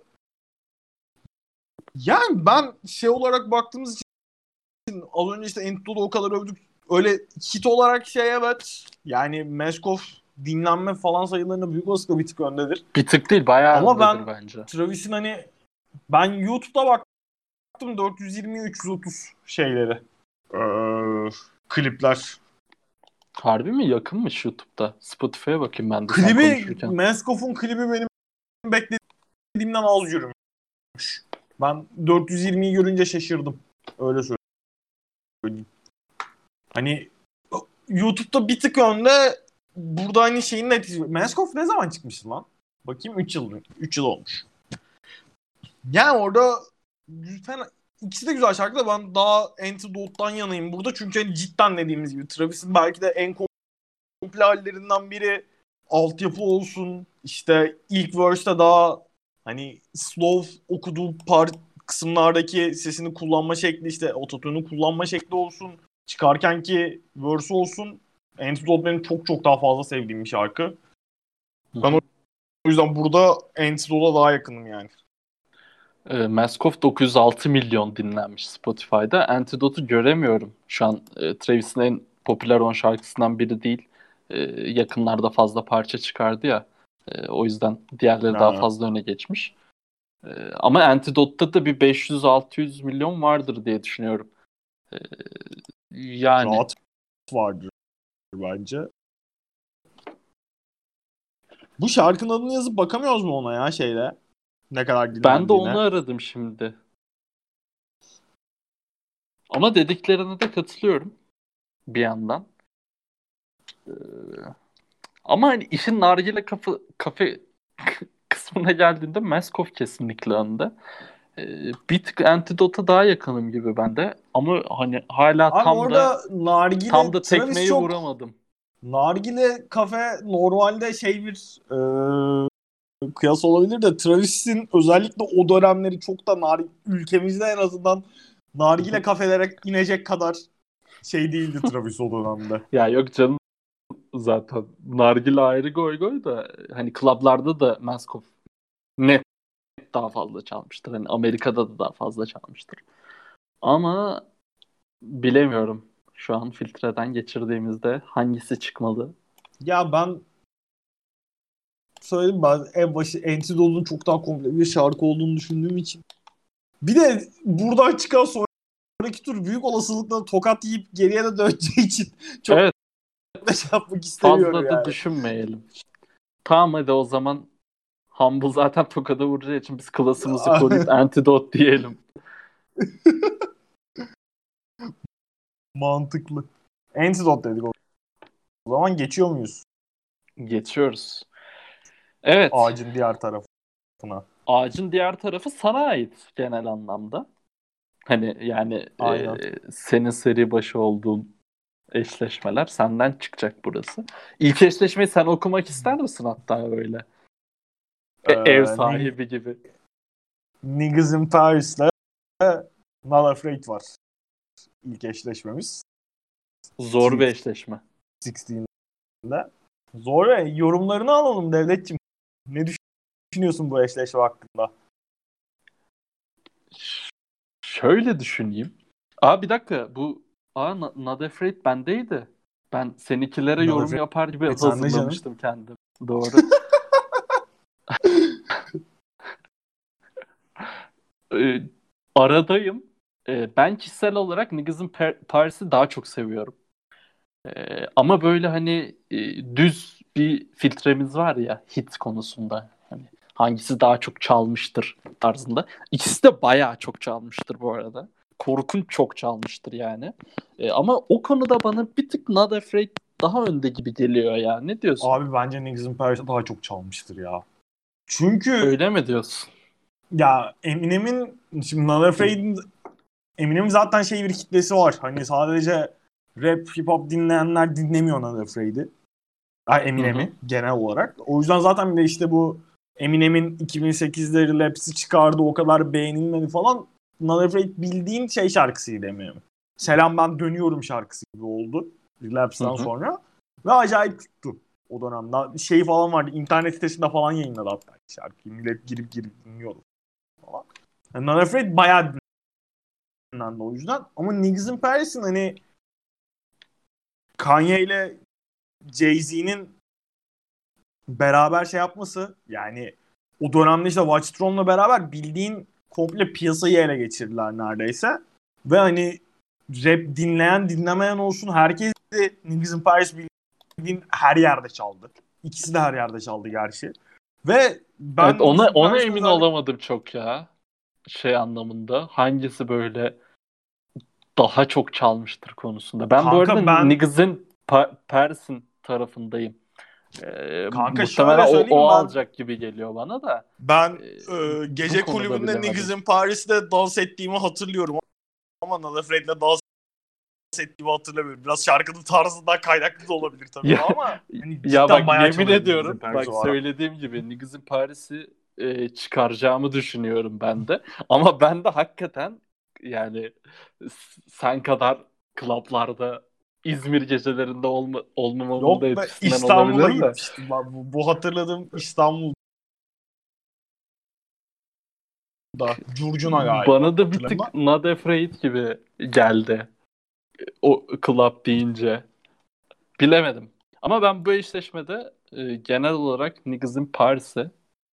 Yani ben şey olarak baktığımız için az önce işte Ento'da o kadar övdük. Öyle hit olarak şey evet. Yani Meskov dinlenme falan sayılarında büyük olasılıkla bir tık öndedir. Bir tık değil, bayağı Ama öndedir ben bence. Travis'in hani ben YouTube'da baktım dört yüz yirmi üç yüz otuz şeyleri. Ee, klipler. Harbi mi, yakınmış YouTube'da? Spotify'a bakayım ben de sen Klibi konuşurken. Meskov'un klibi benim beklediğimden az yürümüş. Ben dört yüz yirmiyi görünce şaşırdım. Öyle söyleyeyim. Hani YouTube'da bir tık önde, burada hani şeyin neticesi. Mask ne zaman çıkmıştı lan? Bakayım üç yıl üç yıl olmuş. Yani orada fena, ikisi de güzel şarkı da ben daha Antidote'dan yanayım burada. Çünkü hani cidden dediğimiz gibi Travis'in belki de en komple hallerinden biri, altyapı olsun. İşte ilk verse'te daha hani slow okuduğu part kısımlardaki sesini kullanma şekli, işte ototune'u kullanma şekli olsun. Çıkarkenki verse olsun. Antidote benim çok çok daha fazla sevdiğim bir şarkı. Hı Ben hı. o yüzden burada Antidote'a daha yakınım yani. E, Mask of dokuz yüz altı milyon dinlenmiş Spotify'da. Antidote'u göremiyorum. Şu an e, Travis'in en popüler on şarkısından biri değil. E, yakınlarda fazla parça çıkardı ya. E, o yüzden diğerleri daha Ha, fazla öne geçmiş. E, ama Antidote'da da bir beş yüz altı yüz milyon vardır diye düşünüyorum. E, yani rahat vardır bence. Bu şarkının adını yazıp bakamıyoruz mu ona ya şeyle? Ne kadar ben de onu dinlendiğine. aradım şimdi. Ama dediklerine de katılıyorum bir yandan. E, ama hani işin nargile kafe, kafe kısmına geldiğinde Maskov kesinlikle önde. Ee, bir tık Antidote'a daha yakınım gibi ben de. Ama hani hala Abi tam da orada tam nargile da Travis tekmeyi çok vuramadım. nargile kafe normalde şey bir e, kıyas olabilir de Travis'in özellikle o dönemleri çok da nar ülkemizde en azından nargile kafelere inecek kadar şey değildi Travis o dönemde. Ya yok canım, zaten nargile ayrı goy goy da hani klaplarda da Maskov net daha fazla çalmıştır. Hani Amerika'da da daha fazla çalmıştır. Ama bilemiyorum. Şu an filtreden geçirdiğimizde hangisi çıkmalı? Ya ben söyledim, ben en başı Antidote'un çok daha komple bir şarkı olduğunu düşündüğüm için. Bir de buradan çıkan sonraki tur büyük olasılıkla tokat yiyip geriye de döneceği için çok Evet, da şey yapmak istemiyorum fazla da yani. düşünmeyelim. Tamam, hadi o zaman Humble zaten tokada vuracağı için biz klasımızı koruyup Antidote diyelim. Mantıklı. Antidote dedik o zaman, geçiyor muyuz Geçiyoruz. Evet. ağacın diğer tarafına? Ağacın diğer tarafı sana ait genel anlamda. Hani yani e, Aynen. senin seri başı olduğun eşleşmeler senden çıkacak burası. İlk eşleşmeyi sen okumak ister misin hatta böyle? E, ev Ee, Nig- sahibi gibi. Niggas in Paris'le Not Afraid var. İlk eşleşmemiz. Zor bir Sweet eşleşme. on altıy'de. Zor ve yorumlarını alalım Devletçim. Ne düşünüyorsun bu eşleşme hakkında? Ş- Şöyle düşüneyim. Aa, bir dakika, bu Aa, Na- Not Afraid bendeydi. Ben seninkilere Not yorum Afraid yapar gibi sende canım. hazırlamıştım kendim. Doğru. Ee, aradayım. Ee, ben kişisel olarak Niggas'ın Per- Paris'i daha çok seviyorum. Ee, ama böyle hani e, düz bir filtremiz var ya hit konusunda. Hani hangisi daha çok çalmıştır tarzında. İkisi de bayağı çok çalmıştır bu arada. Korkunç çok çalmıştır yani. Ee, ama o konuda bana bir tık Not Afraid daha önde gibi geliyor ya. Ne diyorsun? Abi bence Niggas in Paris daha çok çalmıştır ya. Çünkü Öyle mi diyorsun? ya Eminem'in şimdi Not Afraid'in Eminem'in zaten şey bir kitlesi var. Hani sadece rap, hip hop dinleyenler dinlemiyor Not Afraid'i. Yani Eminem'i genel olarak. O yüzden zaten bir de işte bu Eminem'in iki bin sekizde Relapse'i çıkardı, o kadar beğenilmedi falan. Not Afraid bildiğin şey şarkısıydı Eminem'in. Selam Ben Dönüyorum şarkısı gibi oldu Relapse'den sonra. Ve acayip tuttu o dönemde. Şey falan vardı, internet sitesinde falan yayınladı hatta şarkıyı. Millet girip girip dinliyordu falan. Yani Not Afraid bayağı dinlendi o yüzden. Ama Niggas in Paris'in hani Kanye ile Jay-Z'nin beraber şey yapması, yani o dönemde işte Watchtrone'la beraber bildiğin komple piyasayı ele geçirdiler neredeyse. Ve hani rap dinleyen dinlemeyen olsun, herkes de Niggas in Paris bildiğin her yerde çaldı. İkisi de her yerde çaldı gerçi. Ve ben Evet, ona, ona Paris'in emin özellikle... olamadım çok ya. Şey anlamında. Hangisi böyle daha çok çalmıştır konusunda. Ben bu arada Kanka ben Niggs'in pa- Paris'in tarafındayım. Ee, kanka muhtemelen şöyle o, o söyleyeyim, ben alacak gibi geliyor bana da. ben Ee, e, bu gece konuda kulübünde Niggas bilemedim. in Paris'te dans ettiğimi hatırlıyorum ama Not Afraid'le dans ettiğimi hatırlamıyorum. Biraz şarkının tarzından kaynaklı da olabilir tabii Ya, o, ama hani ya cidden bak bayağı yemin çalıyordu Niggas in ediyorum, Paris bak o ara. söylediğim gibi Niggs'in Paris'i e, çıkaracağımı düşünüyorum ben de. Ama ben de hakikaten yani s- sen kadar klaplarda İzmir gecelerinde olma, olmamamın da Yok be, etkisinden İstanbul'a olabilir de. gitmiştim. Ben bu, bu hatırladığım İstanbul'da. Curcuna galiba Bana da bir hatırlamıyorum. tık Not Afraid gibi geldi o club deyince. Bilemedim. Ama ben bu eşleşmede e, genel olarak Niggs'in Paris'e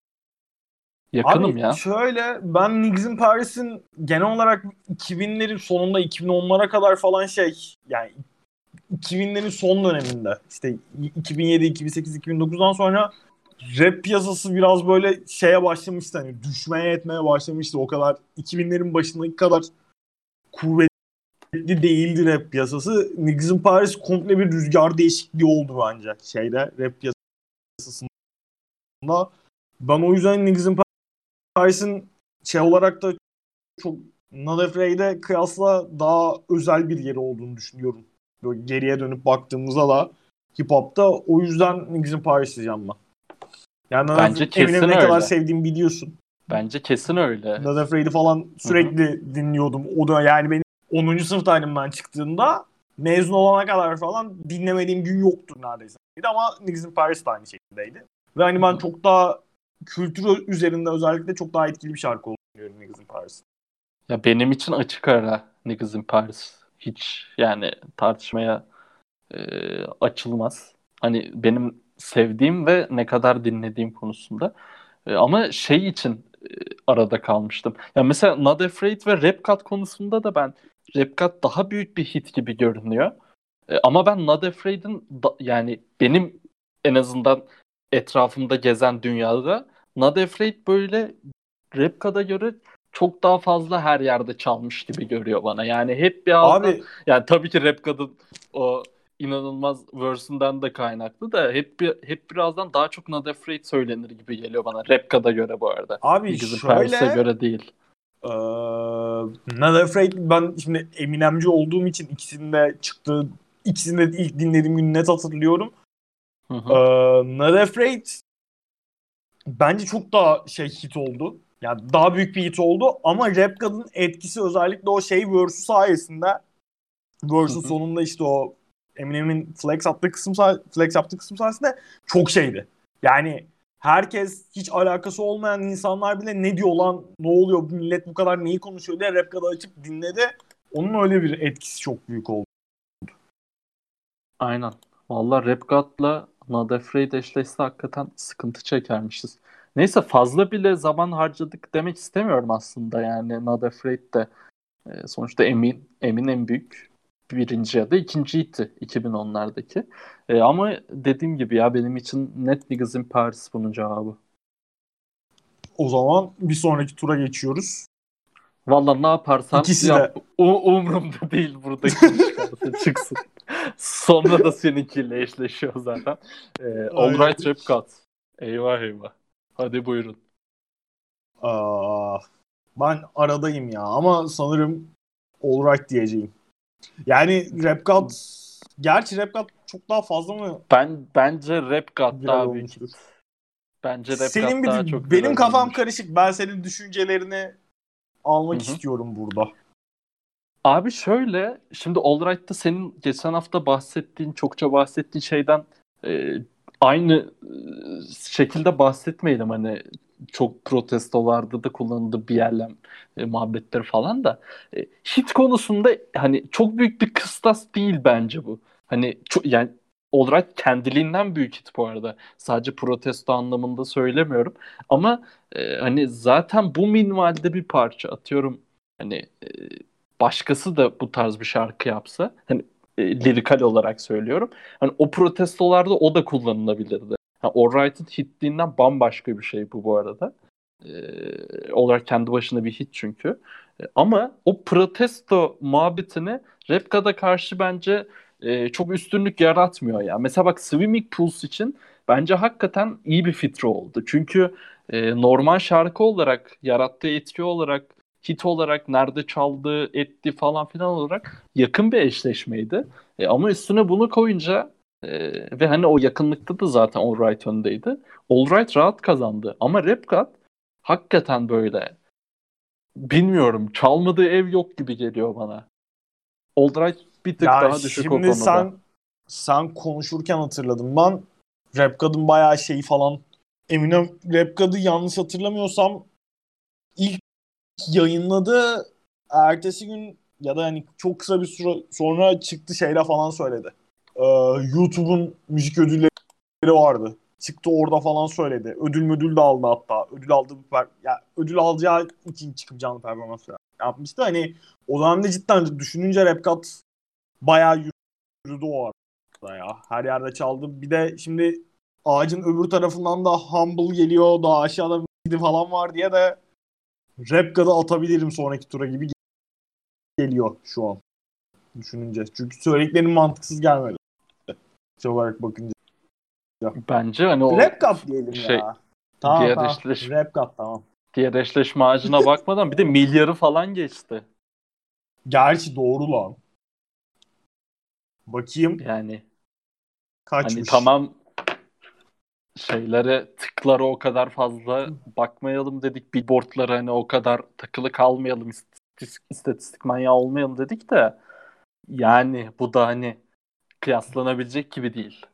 yakınım Abi ya. şöyle, ben Niggs in Paris'in genel olarak iki binlerin sonunda iki bin onlara kadar falan şey, yani iki binlerin son döneminde işte iki bin yedi, iki bin sekiz, iki bin dokuzdan sonra rap piyasası biraz böyle şeye başlamıştı, hani düşmeye etmeye başlamıştı. O kadar iki binlerin başındaki kadar kuvvetli değildi rap piyasası. Niggas in Paris komple bir rüzgar değişikliği oldu bence şeyde, rap piyasasında. Ben o yüzden Niggas in Paris'in şey olarak da çok Not Afraid'e kıyasla daha özel bir yeri olduğunu düşünüyorum. Böyle geriye dönüp baktığımızda da hip hop'ta, o yüzden Niggas in Paris diyeceğim ben. Yani Not Bence Afraid, Eminem'i kesin ne kadar öyle. sevdiğimi biliyorsun. Bence kesin öyle. Not Afraid'i falan Hı hı. sürekli dinliyordum. O da yani benim onuncu sınıftaydım ben çıktığında. Mezun olana kadar falan dinlemediğim gün yoktu neredeyse. Ama Niggas in Paris de aynı şekildeydi. Ve hani Hı ben hı. çok daha kültür üzerinde özellikle çok daha etkili bir şarkı olduğunu düşünüyorum Niggas in Paris. Ya benim için açık ara Niggas in Paris. Hiç yani tartışmaya e, açılmaz. Hani benim sevdiğim ve ne kadar dinlediğim konusunda. E, ama şey için e, arada kalmıştım. Ya mesela Not Afraid ve Rap God konusunda da ben Rap God daha büyük bir hit gibi görünüyor. E, ama ben Not Afraid'in da- yani benim en azından etrafımda gezen dünyada Not Afraid böyle Rap God'a göre çok daha fazla her yerde çalmış gibi görüyor bana. Yani hep birazdan, Abi yani tabii ki Rap God'ın o inanılmaz verse'ünden de kaynaklı da hep bir, hep birazdan daha çok Not Afraid söylenir gibi geliyor bana. Rap God'a göre bu arada. abi Niggas in Paris'e şöyle, göre değil. Ee, Not Afraid, ben şimdi Eminemci olduğum için ikisinin de çıktığı, ikisini de ilk dinlediğim günü net hatırlıyorum. Hı Ee, hı. Not Afraid bence çok daha şey hit oldu. Yani daha büyük bir hit oldu, ama Rap God'un etkisi özellikle o şey verse'ü sayesinde, Hı verse'ün hı. sonunda işte o Eminem'in flex attığı kısım say- flex yaptığı kısım sayesinde çok şeydi. Yani herkes, hiç alakası olmayan insanlar bile ne diyor lan, ne oluyor, bu millet bu kadar neyi konuşuyor diye Rap God'u açıp dinledi. Onun öyle bir etkisi çok büyük oldu. Aynen. Vallahi Rap God'la Not Afraid eşleşse hakikaten sıkıntı çekermişiz. Neyse, fazla bile zaman harcadık demek istemiyorum aslında, yani Not Afraid de e, sonuçta Emin, Emin en büyük birinci ya da ikinciydi iki bin onlardaki. E, ama dediğim gibi ya benim için net Niggas in Paris bunun cevabı. O zaman bir sonraki tura geçiyoruz. Vallahi ne yaparsan İkisi yap, de u- umurumda değil, burada kim çıkarsa çıksın. Sonra da seninkiyle eşleşiyor zaten. Ee, All aynen. Right Rap God. Eyvah eyvah. Hadi buyurun. Aa, ben aradayım ya ama sanırım Alright diyeceğim. Yani Rap God, gerçi Rap God çok daha fazla mı Ben bence Rap God viral daha büyük olmuştur? hit. Bence Rap Senin God bir daha çok benim viral kafam olmuş. karışık. Ben senin düşüncelerini Hı almak hı. istiyorum burada. Abi şöyle, şimdi Alright'ta senin geçen hafta bahsettiğin, çokça bahsettiğin şeyden e, aynı e, şekilde bahsetmeyelim. Hani çok protestolarda da kullanıldı B L M e, muhabbetleri falan da. E, hit konusunda hani çok büyük bir kıstas değil bence bu. Hani çok, yani Alright kendiliğinden büyük hit bu arada. Sadece protesto anlamında söylemiyorum. Ama e, hani zaten bu minvalde bir parça atıyorum. Hani e, başkası da bu tarz bir şarkı yapsa, hani e, lirikal olarak söylüyorum. Hani o protestolarda o da kullanılabilirdi. Yani Alright'ın hitliğinden bambaşka bir şey bu bu arada. E, olarak kendi başına bir hit çünkü. E, ama o protesto muhabbetini Repka'da karşı bence e, çok üstünlük yaratmıyor ya. Mesela bak Swimming Pools için bence hakikaten iyi bir filtre oldu. Çünkü e, normal şarkı olarak, yarattığı etki olarak, hit olarak, nerede çaldığı, etti falan filan olarak yakın bir eşleşmeydi. E, ama üstüne bunu koyunca e, ve hani o yakınlıkta da zaten All Right öndeydi. All Right rahat kazandı. Ama Rap God hakikaten böyle, bilmiyorum, çalmadığı ev yok gibi geliyor bana. All Right bir tık Ya daha düşük o şimdi konuda. sen sen konuşurken hatırladım ben. Rap God'un bayağı şeyi falan. Eminem Rap God'u yanlış hatırlamıyorsam ilk yayınladı, ertesi gün ya da hani çok kısa bir süre sonra çıktı şeyle falan söyledi. Ee, YouTube'un müzik ödülleri vardı. Çıktı orada falan söyledi. Ödül müdül de aldı hatta. Ödül aldı per- ya ödül alacağı için çıkıp canlı performans yapmıştı. Hani o dönemde cidden düşününce Rap God bayağı yürüdü o arada ya. Her yerde çaldı. Bir de şimdi ağacın öbür tarafından da Humble geliyor. Daha aşağıda bir falan var diye de Rap God'u atabilirim sonraki tura gibi geliyor şu an düşününce. Çünkü söylediklerim mantıksız gelmedi. Şey olarak bakınca. Bence hani o Rap God diyelim şey, ya. Tamam diğer tamam. eşleş Rap God tamam. diğer eşleşme ağacına bakmadan bir de milyarı falan geçti. Gerçi doğru lan. Bakayım Yani hani kaçmış. tamam, şeylere, tıklara o kadar fazla bakmayalım dedik. Billboardlara hani o kadar takılı kalmayalım, istatistik, istatistik manyağı olmayalım dedik de yani bu da hani kıyaslanabilecek gibi değil.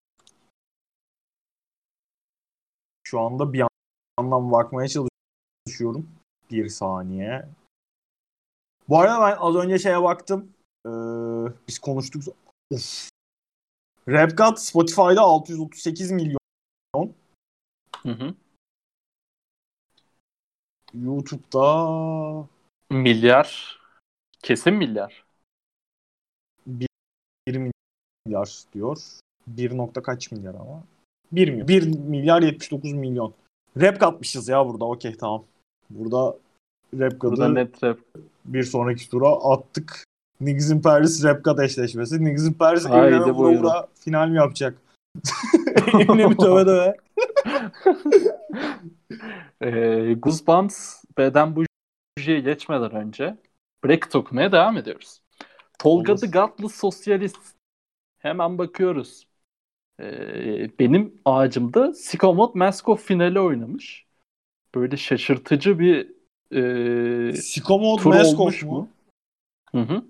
Şu anda bir yandan bakmaya çalışıyorum. Bir saniye. Bu arada ben az önce şeye baktım. Ee, biz konuştuk. Of. Rap God Spotify'da altı yüz otuz sekiz milyon. Hı hı. YouTube'da Milyar, kesin milyar. bir milyar diyor. bir nokta kaç milyar ama? bir mi? bir milyar yetmiş dokuz milyon. Rap katmışız ya burada. Okey tamam. Burada Rap Burada God'u net rap. bir sonraki tura attık. Niggas in Paris Rap God eşleşmesi. Niggas in Paris Eminem'e Haydi vura buyurun. vura final mi yapacak? Eminem'i döve döve. Ee, Goosebumps B'den Bougie geçmeden önce Bracket okumaya devam ediyoruz. Tolga the Olur. Godless Sosyalist. Hemen bakıyoruz. Ee, benim ağacımda Sikomod Maskov finali oynamış. Böyle şaşırtıcı bir e, Sikomod tur Meskov olmuş mu? mu? Hı hı.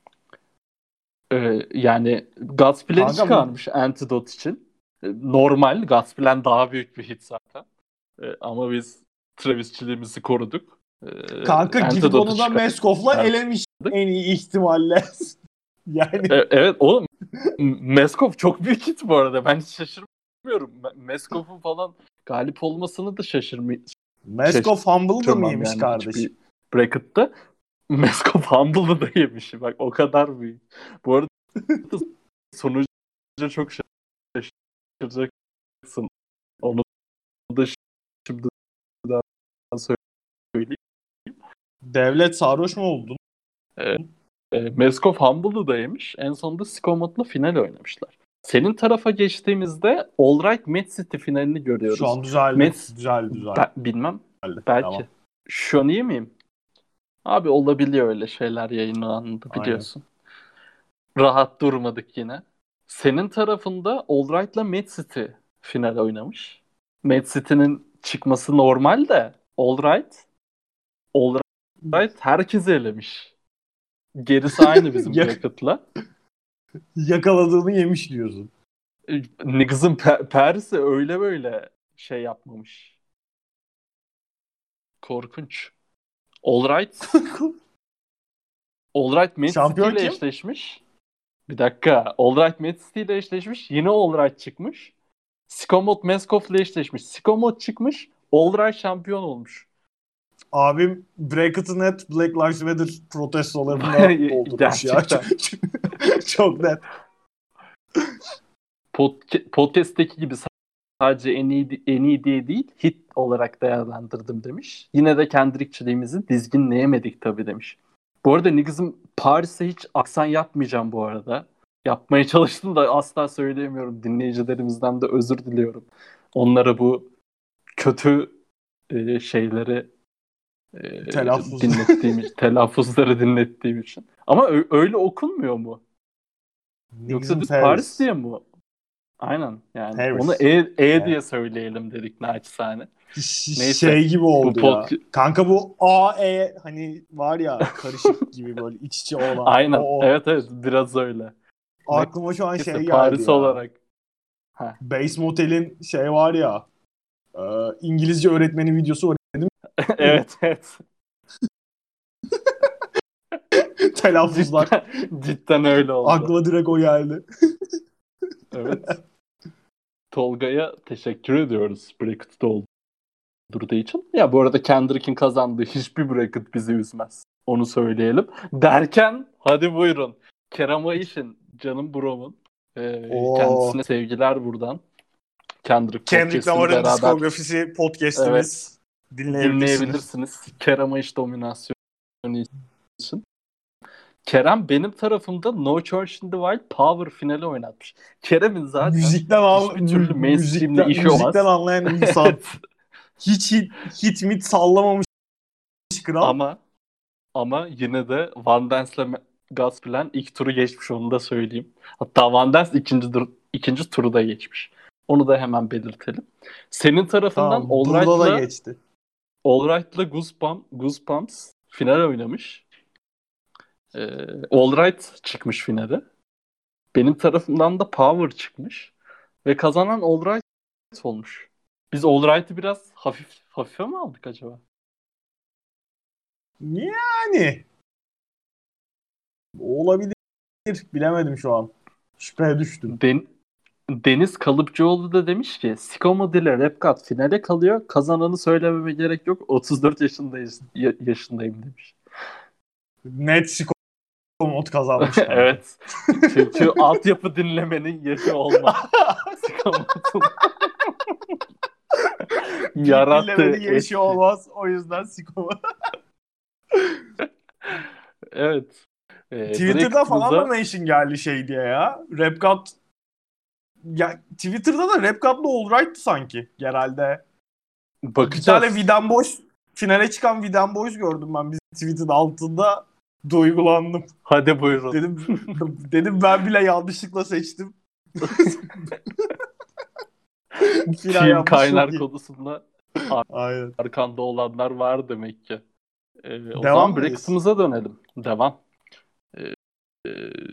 Ee, yani Godspell'i Kanka bu çıkarmış Antidote için. Ee, normal. Godspell'den daha büyük bir hit zaten. Ee, ama biz Travisçiliğimizi koruduk. Ee, kanka Git Antidote'u konuda Meskov'la çıkardık. elemiş en iyi ihtimalle. Yani E- evet oğlum, M- Meskov çok büyük hit bu arada. Ben hiç şaşırmıyorum. Me- Meskov'un falan galip olmasını da şaşırmay Meskov Humble'ı mı şaşırmam yemiş yani kardeşim? hiçbir bracket'ta. Meskov Humble'ı da yemiş. Bak o kadar büyük. Bu arada sonucu çok şaşıracaksın. Onu da şimdiden söyleyeyim. Devlet sarhoş mu oldun? E, e, Meskov Humble'ı da yemiş. En sonunda Skomot'la final oynamışlar. Senin tarafa geçtiğimizde All Right Mad City finalini Şu görüyoruz. an düzeldi. Mad, Düzeldi düzeldi. ben, bilmem. Belki. Tamam. Şu an iyi miyim? Abi olabiliyor öyle şeyler yayınlandı biliyorsun. Rahat durmadık yine. Senin tarafında All Right'la Mad City final oynamış. Mad City'nin çıkması normal de All Right, All Right herkesi elemiş. Gerisi aynı bizim Yak- bracket'la. Yakaladığını yemiş diyorsun. Niggs'ın Pe- Paris'e öyle böyle şey yapmamış. Korkunç. All Right, All Right Mad City Şampiyon ile kim? eşleşmiş. Bir dakika. All Right Mad City ile eşleşmiş. Yine All Right çıkmış. Skomot Meskov ile eşleşmiş. Skomot çıkmış. All Right şampiyon olmuş. Abim Bracket'ı net Black Lives Matter protestolarına doldurmuş ya. Gerçekten. Çok, çok net. Podca- Podcast'teki gibi sadece en iyi, en iyi diye değil, hit olarak değerlendirdim demiş. Yine de Kendrick'çiliğimizi dizginleyemedik tabii demiş. Bu arada Niggs'im Paris'e hiç aksan yapmayacağım bu arada. Yapmaya çalıştım da asla söyleyemiyorum. Dinleyicilerimizden de özür diliyorum. Onlara bu kötü e, şeyleri e, Telaffuz. dinlettiğim için, telaffuzları dinlettiğim için. Ama ö- öyle okunmuyor mu? Yoksa düz Paris diye mi? Aynen yani. Paris. Onu E, e Evet. diye söyleyelim dedik naçizane. Neyse. Şey gibi oldu bu ya. pod- Kanka bu A, E hani var ya karışık gibi böyle iç içe olan. Aynen. O, Evet evet biraz öyle. aklıma şu an Neyse, şey geldi Paris ya. olarak. Heh. Base Motel'in şey var ya e, İngilizce öğretmeni videosu var. Evet evet. Telaffuzlar. Cidden, cidden öyle oldu. Aklıma direkt o geldi. Evet. Tolga'ya teşekkür ediyoruz bracket'ta olduğu için. Ya bu arada Kendrick'in kazandığı hiçbir bracket bizi üzmez. Onu söyleyelim. Derken hadi buyurun. Kerem Ayış'ın canım bromun. Ee, Oo. kendisine sevgiler buradan. Kendrick Kendrick Podcast'ini Lamar'ın beraber diskografisi podcast'imiz. Dinleyebilirsiniz. dinleyebilirsiniz. Kerem Ayış dominasyonu için. Kerem benim tarafımda No Church in the Wild Power finali oynatmış. Kerem'in zaten Müzikten, an, hiçbir türlü mü- mainstream'le müzikten, işi olmaz. müzikten anlayan insan. Evet. Hiç hit, hit mit sallamamış kral. Ama ama yine de Van Dance'le Gaspelen ilk turu geçmiş, onu da söyleyeyim. Hatta Van Dance ikinci, dur- ikinci turu da geçmiş. Onu da hemen belirtelim. Senin tarafından Tamam, All burada da Right'la geçti. All Right'la Goosebumps, Goosebumps final oynamış. Ee, All Right çıkmış finale. Benim tarafımdan da Power çıkmış. Ve kazanan All Right olmuş. Biz All Right'ı biraz hafif hafife mi aldık acaba? Yani olabilir. Bilemedim şu an. Şüpheye düştüm. Den Deniz Kalıpçıoğlu da demiş ki Sikomo ile Rap God finale kalıyor. Kazananı söylememe gerek yok. otuz dört yaşındayız, ya- yaşındayım demiş. Net Skomot kazanmış. kanka. Evet. Çünkü altyapı dinlemenin yaşı olmaz. Sikomot'un yarattığı Dinlemenin yaşı etki. olmaz. O yüzden Skomot. Evet. Ee, Twitter'da falan da bracket'ımıza mention geldi şey diye ya. Rap God ya Twitter'da da Rap God'la All Right'tı sanki genelde. Bir bakacağız. tane Vidan Boys, finale çıkan Vidan Boys gördüm ben bizim tweet'in altında. Duygulandım. Hadi buyurun. Dedim dedim ben bile yanlışlıkla seçtim. Final Team yapmış, Kaynar çok iyi. konusunda Aynen. arkanda olanlar var demek ki. Ee, o Devam zaman mıyız? bracket'ımıza dönelim. Devam. Ee, e,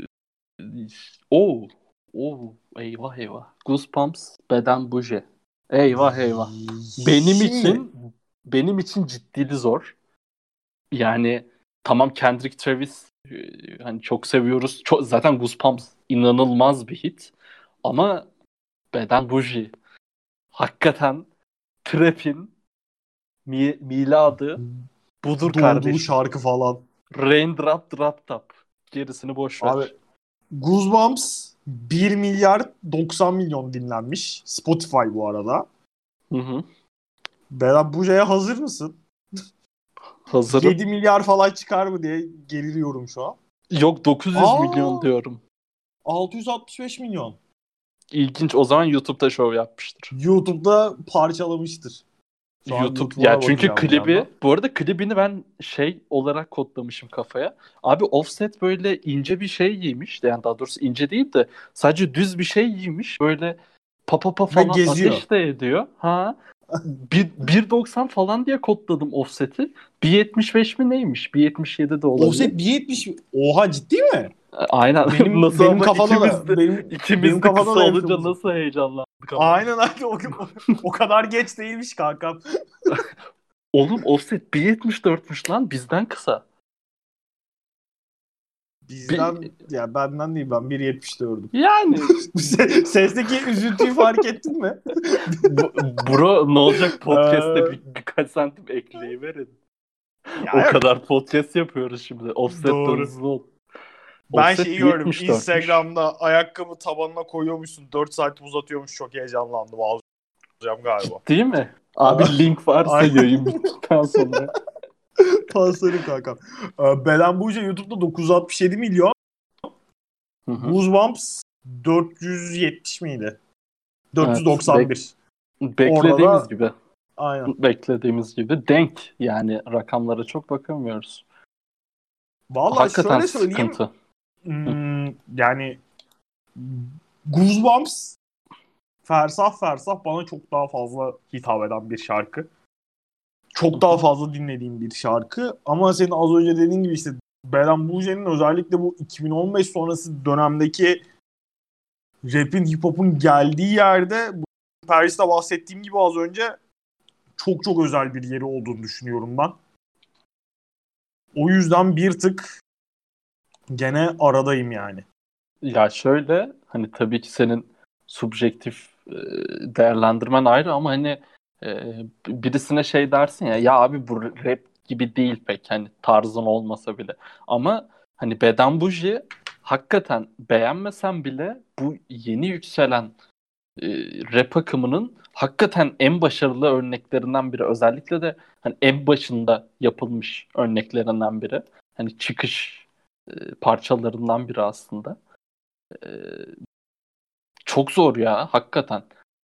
Oo. Oo. Eyvah eyvah. Goosebumps, Beden Buje. Eyvah eyvah. Benim Şimdi- için benim için ciddili zor. Yani tamam Kendrick Travis e, hani çok seviyoruz. Çok, zaten Goosebumps inanılmaz bir hit. Ama Beden Buje hakikaten Trap'in mi, miladı budur doğduğu kardeşim. şarkı falan. Raindrop Drop Top. Gerisini boş ver. Abi Goosebumps bir milyar doksan milyon dinlenmiş. Spotify bu arada. Hı hı. Berat Buca'ya hazır mısın? Hazırım. yedi milyar falan çıkar mı diye geriliyorum şu an. Yok dokuz yüz Aa! milyon diyorum. altı yüz altmış beş milyon. İlginç. O zaman YouTube'da şov yapmıştır. YouTube'da parçalamıştır. Şu an YouTube YouTube'a ya çünkü bakacağım bir klibi yandan. bu arada klibini ben şey olarak kodlamışım kafaya. Abi Offset böyle ince bir şey giymiş. Yani daha doğrusu ince değil de sadece düz bir şey giymiş. Böyle pa pa pa Ve falan geziyor. ateş de ediyor. Ha. Bir, bir doksan falan diye kodladım Offset'i. bir yetmiş beş mi neymiş? bir yetmiş yedi de olabilir. Offset bir yetmiş. Oha, ciddi mi? Aynen. Benim Nasıl benim ama kafada ikimiz da de benim benim ikimiz de kafada kısa da hepsi olunca uzun. nasıl heyecanlandık ama. Aynen aynen o, o, o kadar geç değilmiş kankam. Oğlum Offset bir yetmiş dörtmüş lan bizden kısa. Bir, Bizden ya benden değil, ben bir yetmiş dördüm. yani Sesteki üzüntüyü fark ettin mi? bu- bro ne olacak podcast'te Ee, bir, birkaç santim ekleyiverin. O ya yok, kadar podcast yapıyoruz şimdi. Offset de doğru. hızlı ol. Ben şeyi Offset gördüm. bir yetmiş dörtmüş. Instagram'da ayakkabı tabanına koyuyormuşsun. dört saat uzatıyormuş. Çok heyecanlandım. Alacağım galiba. Değil mi? Aa, Abi link varsa aynen. yayın bittikten sonra. Paslarım kankam. Ee, Belen Buja YouTube'da dokuz yüz altmış yedi milyon. Hı hı. Goosebumps dört yüz yetmiş miydi? Evet. Bek dört yüz doksan bir. Orada beklediğimiz da gibi. aynen. Beklediğimiz gibi. Denk. Yani rakamlara çok bakamıyoruz. Valla Hakikaten şöyle söyleyeyim. sıkıntı. Hı. Hmm, yani Goosebumps fersah fersah bana çok daha fazla hitap eden bir şarkı. Hı Çok daha hı. fazla dinlediğim bir şarkı. Ama senin az önce dediğin gibi işte Belen Buje'nin özellikle bu iki bin on beş sonrası dönemdeki rap'in, hip hop'un geldiği yerde, bu Paris'te bahsettiğim gibi az önce, çok çok özel bir yeri olduğunu düşünüyorum ben. O yüzden bir tık gene aradayım yani. Ya şöyle hani tabii ki senin subjektif e, değerlendirmen ayrı ama hani e, birisine şey dersin ya ya abi bu rap gibi değil pek hani tarzın olmasa bile ama hani Beden Buji hakikaten beğenmesem bile bu yeni yükselen e, rap akımının hakikaten en başarılı örneklerinden biri, özellikle de hani en başında yapılmış örneklerinden biri, hani çıkış e, parçalarından biri aslında. Ee, Çok zor ya hakikaten.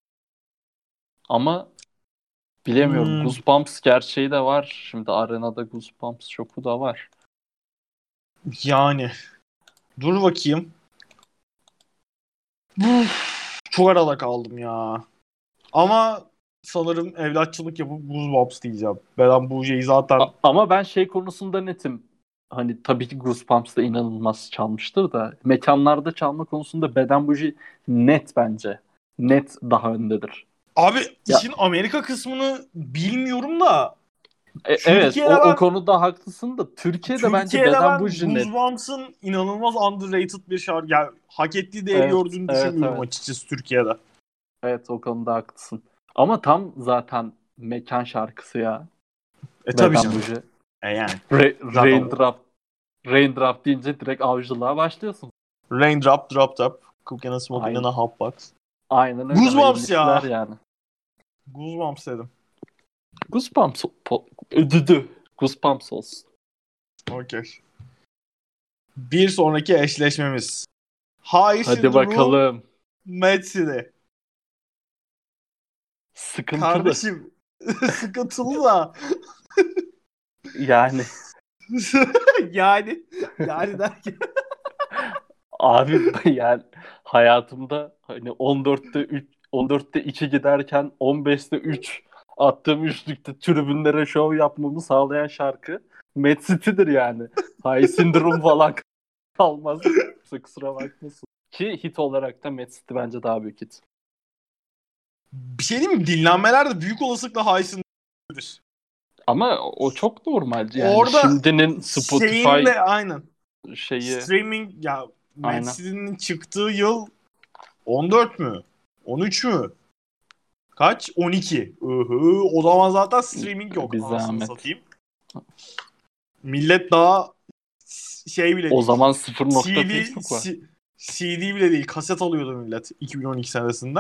Ama bilemiyorum. Hmm, Goosebumps gerçeği de var. Şimdi arenada Goosebumps şoku da var. yani dur bakayım. Çok arada kaldım ya. Ama sanırım evlatçılık yapıp Goosebumps diyeceğim. Belen Buje'yi A- zaten. ama ben şey konusunda netim. Hani tabii ki Goosebumps da inanılmaz çalmıştır da mekanlarda çalma konusunda Beden Buji net bence. Net daha öndedir. Abi Ya işin Amerika kısmını bilmiyorum da e- evet Türkiye'de o, o ben konuda haklısın da Türkiye'de bence Türkiye'de Beden ben Buji net. Goosebums'ın inanılmaz underrated bir şarkı. Yani hak ettiği değeri Evet, gördüğünü evet, düşünmüyorum evet. açıkçası Türkiye'de. Evet o konuda haklısın. Ama tam zaten mekan şarkısı ya. E tabii Beden canım. Buji. E yani. Ra- Zaten o. Raindrop. Raindrop deyince direkt avcılığa başlıyorsun. Raindrop, drop top. Cooking and smoking in Aynen, a hot box. aynen öyle. Hayırlı Goosebumps işler ya. yani. Goosebumps dedim. Goosebumps. Po- ödüdü. Goosebumps olsun. Okey. Bir sonraki eşleşmemiz. Highs in Hadi the Room, bakalım. Mad City. Sıkıntılı. Kardeşim sıkıntılı da Yani yani yani derken abi yani hayatımda hani on dörtte üç on dörtte iki giderken on beşte üç attığım üçlükte tribünlere şov yapmamı sağlayan şarkı Mad City'dir yani. High Syndrome falan kalmaz. Kusura bakmasın. Ki hit olarak da Mad City bence daha büyük hit. bir şey diyeyim mi? Dinlenmeler de büyük olasılıkla Highs in the Room'dur. Ama o çok normal yani. Orada Şimdinin Spotify şeyin de aynen. şeyi Streaming ya, Mad aynen. City'nin çıktığı yıl on dört mü? on üç mü? Kaç? on iki. Ihı. O zaman zaten streaming yok Bir anasını zahmet. satayım. Millet daha şey bile O değil. zaman sıfır nokta C D Facebook var. C- CD bile değil. Kaset alıyordu millet iki bin on iki senesinde.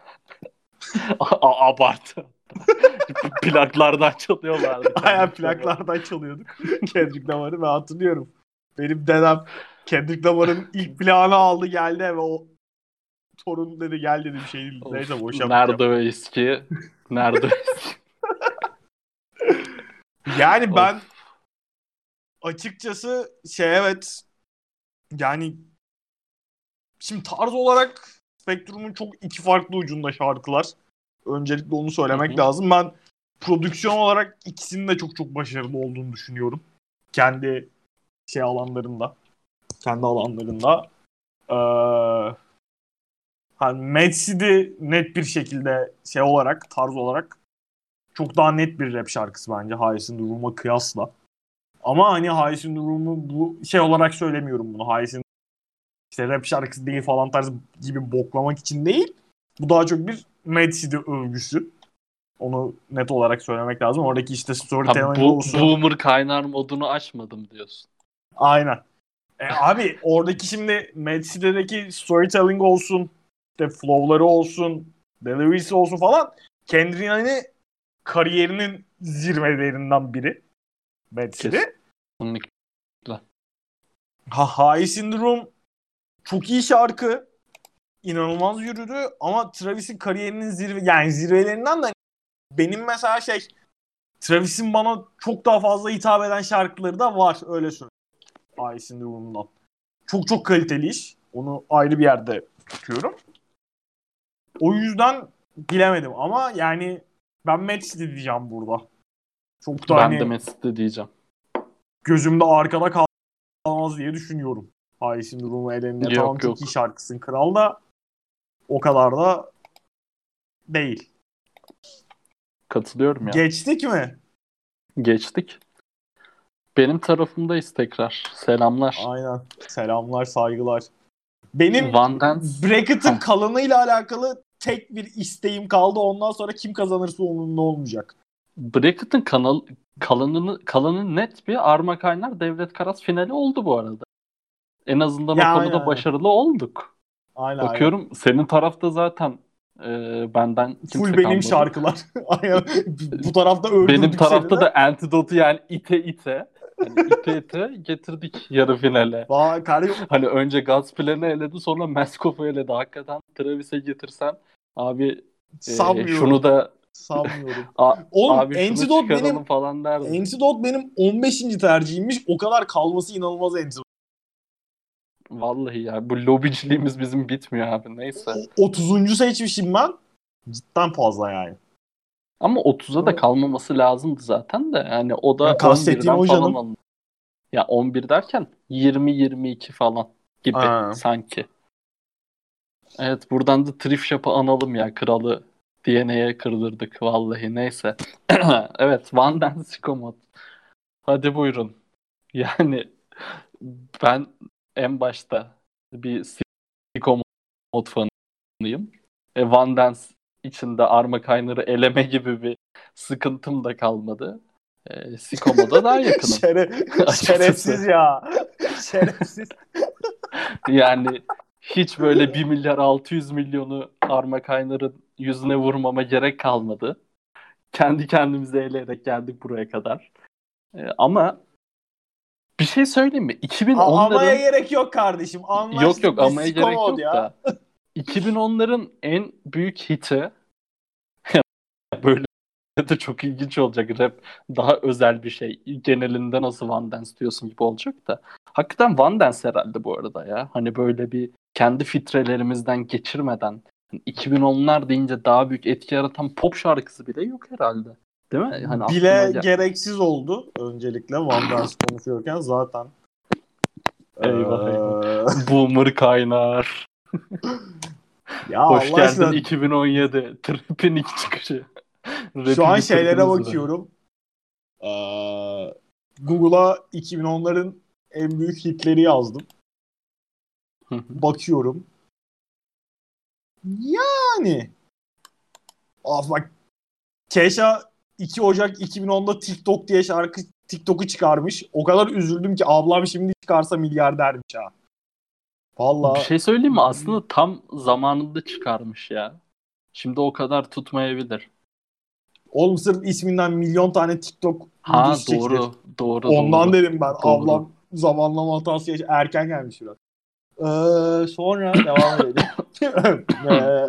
A- abartı. Plaklardan çalıyorlardı. Aynen Kendrick Lamar. plaklardan çalıyorduk. Kendrick Lamar'ı ben hatırlıyorum. Benim dedem Kendrick Lamar'ın ilk plağını aldı geldi ve o torun dedi gel dedi bir şey değil. Of, Neyse boş yapmayacağım. nerede o eski? Nerede o eski? Yani ben Of. açıkçası şey evet yani şimdi tarz olarak Spektrum'un çok iki farklı ucunda şarkılar. Öncelikle onu Hı söylemek hı. lazım. Ben prodüksiyon olarak ikisinin de çok çok başarılı olduğunu düşünüyorum. Kendi şey alanlarında. Kendi alanlarında. Ee, hani Mad City net bir şekilde şey olarak, tarz olarak çok daha net bir rap şarkısı bence Highs in the Room'a kıyasla. Ama hani Highs in the Room'u bu şey olarak söylemiyorum bunu. Highs in işte rap şarkısı değil falan tarzı gibi boklamak için değil. Bu daha çok bir Mad City övgüsü. Onu net olarak söylemek lazım. Oradaki işte Ha, storytelling bu olsun. boomer kaynar modunu açmadım diyorsun. Aynen. E, abi oradaki şimdi Mad City'deki storytelling olsun. İşte flow'ları olsun. Delivery'si olsun falan. Kendrick'in hani kariyerinin zirvelerinden biri. Mad City. Kesinlikle. Ha, High Syndrome çok iyi şarkı. İnanılmaz yürüdü ama Travis'in kariyerinin zirve yani zirvelerinden de benim mesela şey Travis'in bana çok daha fazla hitap eden şarkıları da var öyle söyleyeyim. High Syndrome'dan. Çok çok kaliteli iş. Onu ayrı bir yerde tutuyorum. O yüzden bilemedim ama yani ben Match diyeceğim burada. Çok da Ben de hani Mesut'u diyeceğim. gözümde arkada kalmaz diye düşünüyorum. High Syndrome'u elenine tamam Yok çok iyi yok. şarkısın kral da o kadar da değil. Katılıyorum ya. Geçtik mi? Geçtik. Benim tarafımdayız tekrar. Selamlar. Aynen. Selamlar, saygılar. Benim Van Dance. bracket'ın Heh. kalanıyla alakalı tek bir isteğim kaldı. Ondan sonra kim kazanırsa onun ne olmayacak. Brackett'ın kanal kalanını kalanı net bir Arma Kaynar Devlet Karas finali oldu bu arada. En azından o Ya aynen konuda aynen. başarılı olduk. Aynen aynen. Bakıyorum senin tarafta zaten e, benden Full kimse benim kalmadı. şarkılar. Aynen. Bu tarafta Benim öldürdük seni tarafta de. da Antidote'u yani ite ite. Hani ite ite getirdik yarı finale. Vay kardeşim Hani önce Gazplen'i eledi sonra Meskop'u eledi. Hakikaten Travis'e getirsen abi e, şunu sanmıyorum. da Sanmıyorum. a- Oğlum abi şunu Antidote çıkaralım benim falan derdi. Antidote benim on beşinci tercihimmiş. O kadar kalması inanılmaz Antidote. Vallahi ya bu lobiciliğimiz bizim bitmiyor abi neyse. O- otuzuncu seçmişim ben. Cidden fazla yani. Ama otuza da kalmaması lazımdı zaten de. Yani o da Ya kastettiğim on birden o falan canım. alındı. Ya on bir derken yirmi yirmi iki falan gibi Ha. sanki. Evet buradan da Thrift Shop'ı analım ya kralı D N A'ya kırdırdık vallahi neyse. Evet Van Dance Komod. Hadi buyurun. Yani ben en başta bir Sicko mod fanıyım. E, Van Dance içinde Arma Kaynar'ı eleme gibi bir sıkıntım da kalmadı. E, Sicko mod'a daha yakınım Şere şerefsiz açıkçası. ya. Şerefsiz. Yani hiç böyle bir milyar altı yüz milyonu Arma Kaynar'ın yüzüne vurmama gerek kalmadı. Kendi kendimize eleyerek geldik buraya kadar. E, ama bir şey söyleyeyim mi? A- amaya iki bin onların gerek yok kardeşim. yok Anlaştık yok biz amaya gerek Sikomod yok ya. da iki bin onların en büyük hiti böyle de çok ilginç olacak. Rap daha özel bir şey. Genelinde nasıl One Dance diyorsun gibi olacak da. Hakikaten One Dance herhalde bu arada ya. Hani böyle bir kendi filtrelerimizden geçirmeden hani iki bin onlar deyince daha büyük etki yaratan pop şarkısı bile yok herhalde. Değil mi? Hani aklıma Bile gel. gereksiz oldu. Öncelikle Van Dance konuşuyorken zaten. Eyvah eyvah. Ee... Boomer kaynar. ya Hoş Allah geldin aşkına iki bin on yedi. Trap'in ilk çıkışı. şu an Rap'i şeylere bitirdiniz be. bakıyorum. Ee... Google'a iki bin onların en büyük hitleri yazdım. Hı hı. Bakıyorum. Yani. Of bak Keşa iki Ocak iki bin onda TikTok diye şarkı TikTok'u çıkarmış. O kadar üzüldüm ki ablam şimdi çıkarsa milyardermiş ha. Bir Valla şey söyleyeyim mi? Aslında tam zamanında çıkarmış ya. Şimdi o kadar tutmayabilir. oğlum sırf isminden milyon tane TikTok Ha videosu çekilir. doğru. Doğru Ondan doğru. dedim ben Doğru. ablam zamanlama hatası yaş- erken gelmiş biraz. Ee, sonra devam edelim. Ee,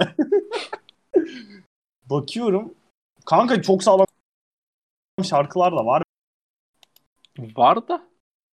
bakıyorum. Kanka çok sağlam şarkılar da var. Var da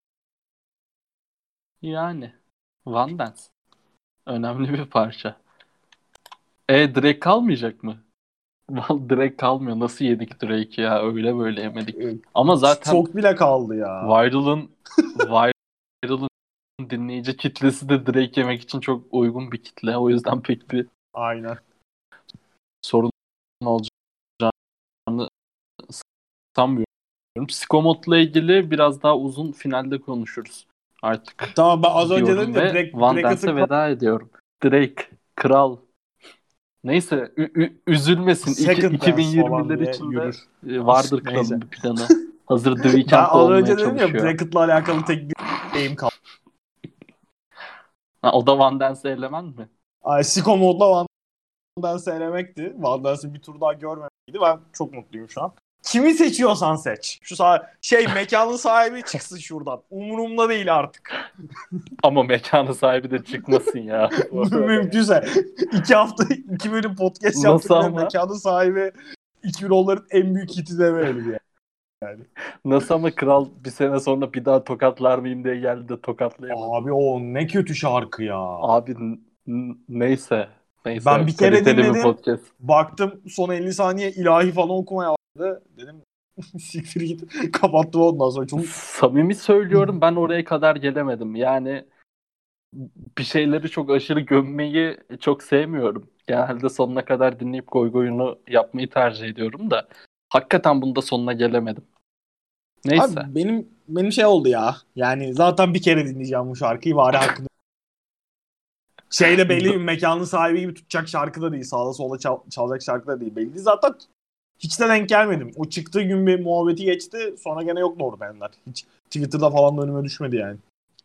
yani One Dance önemli bir parça. E Drake kalmayacak mı? Vallahi Drake kalmıyor. Nasıl yedik Drake'i ya? Öyle böyle yemedik. Ee, Ama zaten Çok bile kaldı ya. Viral'ın Viral'ın dinleyici kitlesi de Drake yemek için çok uygun bir kitle. O yüzden pek bir Aynen. sorun olacağını sanmıyorum. Skomot'la ilgili biraz daha uzun finalde konuşuruz artık Tamam, ben az önce dedim diyorum ya ve Drake, Van Drake'a Dance'e tıkla. veda ediyorum. Drake, kral. Neyse ü- ü- üzülmesin. İki, Second Dance falan iki bin yirmiler diye içinde yürür. e, vardır Neyse. kralın bir planı. Hazır The Ben Weeknd'de az olmaya önce dedim ya çalışıyor. Brackett'la alakalı tek bir şeyim kaldı. Ha, o da Van Dance'e elemen mi? Ay, Sicko modla Van Dance'ı elemekti. Van Dance'ı bir tur daha görmemekti. Ben çok mutluyum şu an. Kimi seçiyorsan seç. Şu sah- şey mekanın sahibi çıksın şuradan. Umurumda değil artık. Ama mekanı sahibi de çıkmasın ya. Bu arada yani. Mümkünse. iki hafta, iki bölüm podcast yaptık Nasıl ve ama? mekanın sahibi iki bin onların en büyük hiti demeyelim yani. yani. Nasıl ama kral bir sene sonra bir daha tokatlar mıyım diye geldi de tokatlayamadı. Abi o ne kötü şarkı ya. Abi n- n- neyse. Ben Neyse. bir kere Kaliteli bir dinledim. podcast. Baktım son elli saniye ilahi falan okumaya başladı. Dedim siktir git. Kapattım ondan sonra. Çok Samimi söylüyorum, ben oraya kadar gelemedim. Yani bir şeyleri çok aşırı gömmeyi çok sevmiyorum. Genelde sonuna kadar dinleyip goy goyunu yapmayı tercih ediyorum da hakikaten bunda sonuna gelemedim. Neyse. Abi benim benim şey oldu ya. Yani zaten bir kere dinleyeceğim bu şarkıyı. Bari hakkında. Şeyde belli bir mekanın sahibi gibi tutacak şarkı da değil. Sağda solda çal- çalacak şarkı da değil. Belli. Zaten hiç de denk gelmedim. O çıktığı gün bir muhabbeti geçti. Sonra gene yok Normanlar. Hiç Twitter'da falan da önüme düşmedi yani.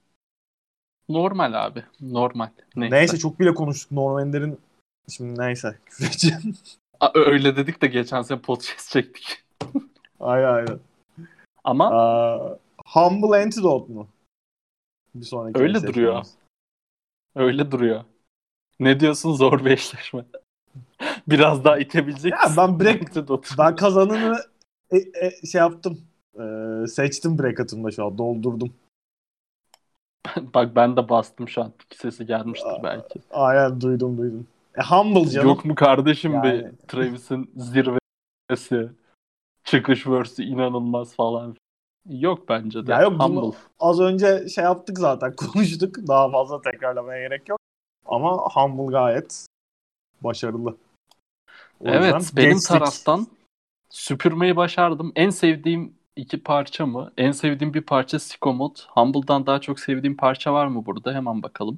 Normal abi. Normal. Neyse. Neyse çok bile konuştuk Normanlerin. Şimdi neyse. Küfür edeceğim. A- Öyle dedik de geçen sene podcast çektik. Aynen aynen. Ama Aa, Humble Antidote mu? Bir sonraki öyle duruyor. eşleşmemiz. Öyle duruyor. Ne diyorsun, zor bir eşleşme. Biraz daha itebilecek Ya misin? ben break Antidote. ben kazananı e, e, şey yaptım. E, seçtim bracket'ımda şu an. Doldurdum. Bak ben de bastım şu an. Tiki sesi gelmiştir Aa, belki. aynen duydum duydum. E, Humble canım. Yok mu kardeşim bir Yani Travis'in zirvesi, çıkış verse'ü inanılmaz falan. Yok bence ya de. yok bunu Humble. az önce şey yaptık zaten konuştuk. Daha fazla tekrarlamaya gerek yok. Ama Humble gayet başarılı. O yüzden Evet, benim geçtik. taraftan süpürmeyi başardım. En sevdiğim iki parça mı? En sevdiğim bir parça Sikomot. Humble'dan daha çok sevdiğim parça var mı burada? Hemen bakalım.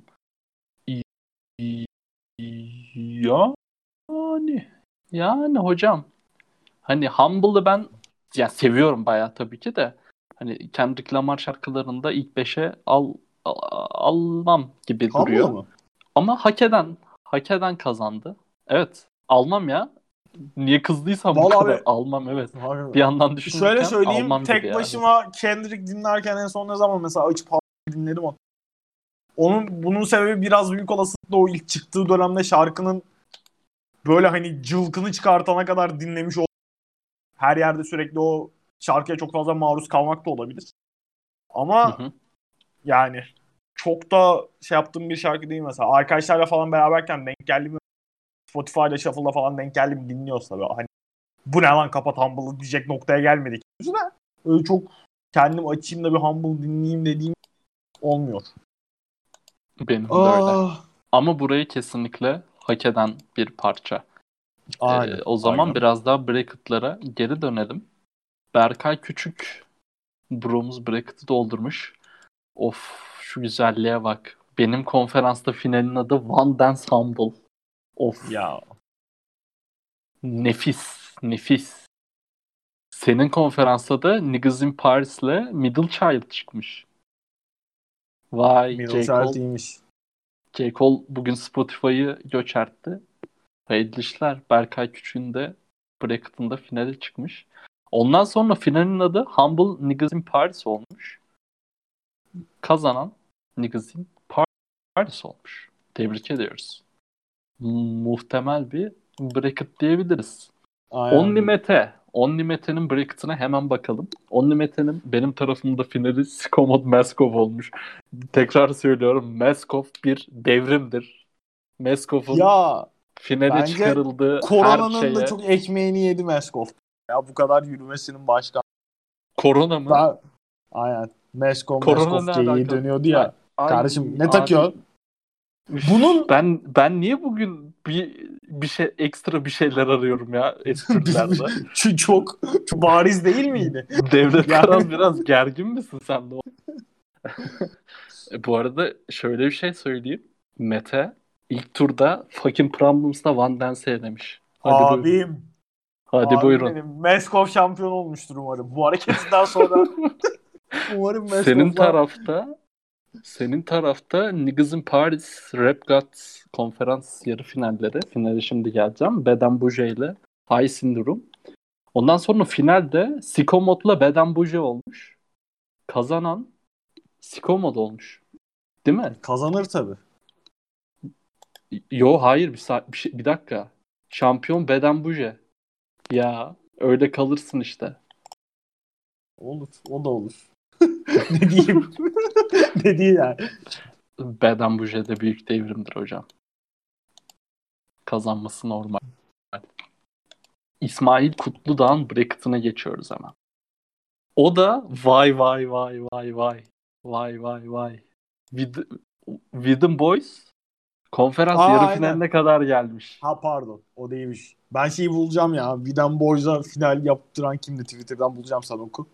Yani yani hocam, hani Humble'ı ben ya seviyorum bayağı tabii ki de, hani Kendrick Lamar şarkılarında ilk beşe al, al- almam gibi Humble'ı duruyor. mı? Ama hak eden hak eden kazandı. Evet. Almam ya. Niye kızdıysam bu Vallahi kadar abi almam, evet. Bir Abi, yandan şöyle düşünürken söyleyeyim, almam gibi tek yani. başıma Kendrick dinlerken en son ne zaman mesela açıp dinledim onu. Onun bunun sebebi biraz büyük olasılıkla o ilk çıktığı dönemde şarkının böyle hani cılkını çıkartana kadar dinlemiş ol. Her yerde sürekli o şarkıya çok fazla maruz kalmak da olabilir. Hı Ama hı. yani çok da şey yaptığım bir şarkı değil mesela. Arkadaşlarla falan beraberken denk geldi mi, Spotify'da Shuffle'da falan denk geldi mi dinliyoruz tabii. Hani bu ne lan, kapat Humble'ı diyecek noktaya gelmedik. Öyle çok kendim açayım da bir Humble dinleyeyim dediğim olmuyor. Benim de öyle. Ah, Ama burayı kesinlikle hak eden bir parça. aynen, Ee, o zaman aynen. biraz daha bracket'lara geri dönelim. Berkay Küçük Bromuz bracket'ı doldurmuş. Of, şu güzelliğe bak. Benim konferansta finalin adı One Dance Humble. Of, Ya nefis, nefis. Senin konferansta da Niggas in Paris'le Middle Child çıkmış. Vay, Middle J. Child Cole. iyiymiş. J. Cole bugün Spotify'ı göçertti. Hayırlı işler. Berkay Küçük'ün de bracket'ında finale çıkmış. Ondan sonra finalin adı Humble Niggas in Paris olmuş. Kazanan Niggas in Paris olmuş. Tebrik ediyoruz. Muhtemel bir bracket diyebiliriz. Aynen. Only Mete. Onlimete'nin bracket'ına hemen bakalım. Onlimete'nin benim tarafımda finali Skomod Meskov olmuş. Tekrar söylüyorum. Meskov bir devrimdir. Meskov'un Ya finale bence çıkarıldığı her koronanın da şeye çok ekmeğini yedi Meskov. Ya bu kadar yürümesinin başka. korona mı? Ben, aynen. Meskov, Korona Meskov ne geyiği alaka? dönüyordu Ay, ya. ay Kardeşim ne abi takıyor? üf, Bunun ben ben niye bugün bir bir şey ekstra bir şeyler arıyorum ya esprilerde. Çünkü çok, çok bariz değil miydi? Devlet Karan Yani biraz gergin misin sen de? E, bu arada şöyle bir şey söyleyeyim. Mete ilk turda fucking Problems'da Van Dance'i elemiş. Hadi buyurun. abim, Hadi abim buyurun. benim. Meskov şampiyon olmuştur umarım. Bu hareketinden sonra umarım Senin Meskov'la tarafta senin tarafta Niggas in Paris Rap God konferans yarı finalleri. Finale şimdi geleceğim. Beden Buje ile High Syndrome. Ondan sonra finalde Sikomod'la Beden Buje olmuş. Kazanan Sikomod olmuş. Değil mi? kazanır tabii. Yo hayır bir, sa- bir, şey, bir dakika. Şampiyon Beden Buje. Ya öyle kalırsın işte. Olur. O da olur. Ne diyeyim? Ne diyeyim yani? Beden Buje de büyük devrimdir hocam. Kazanması normal. İsmail Kutludağ'ın bracket'ına geçiyoruz hemen. O da vay vay vay vay vay. Vay vay vay. Wid- Within Boys konferans Aa yarı aynen. finaline kadar gelmiş. Ha pardon. O değilmiş. Ben şeyi bulacağım ya. Vidam Boys'a final yaptıran kimdi? Twitter'dan bulacağım sana oku.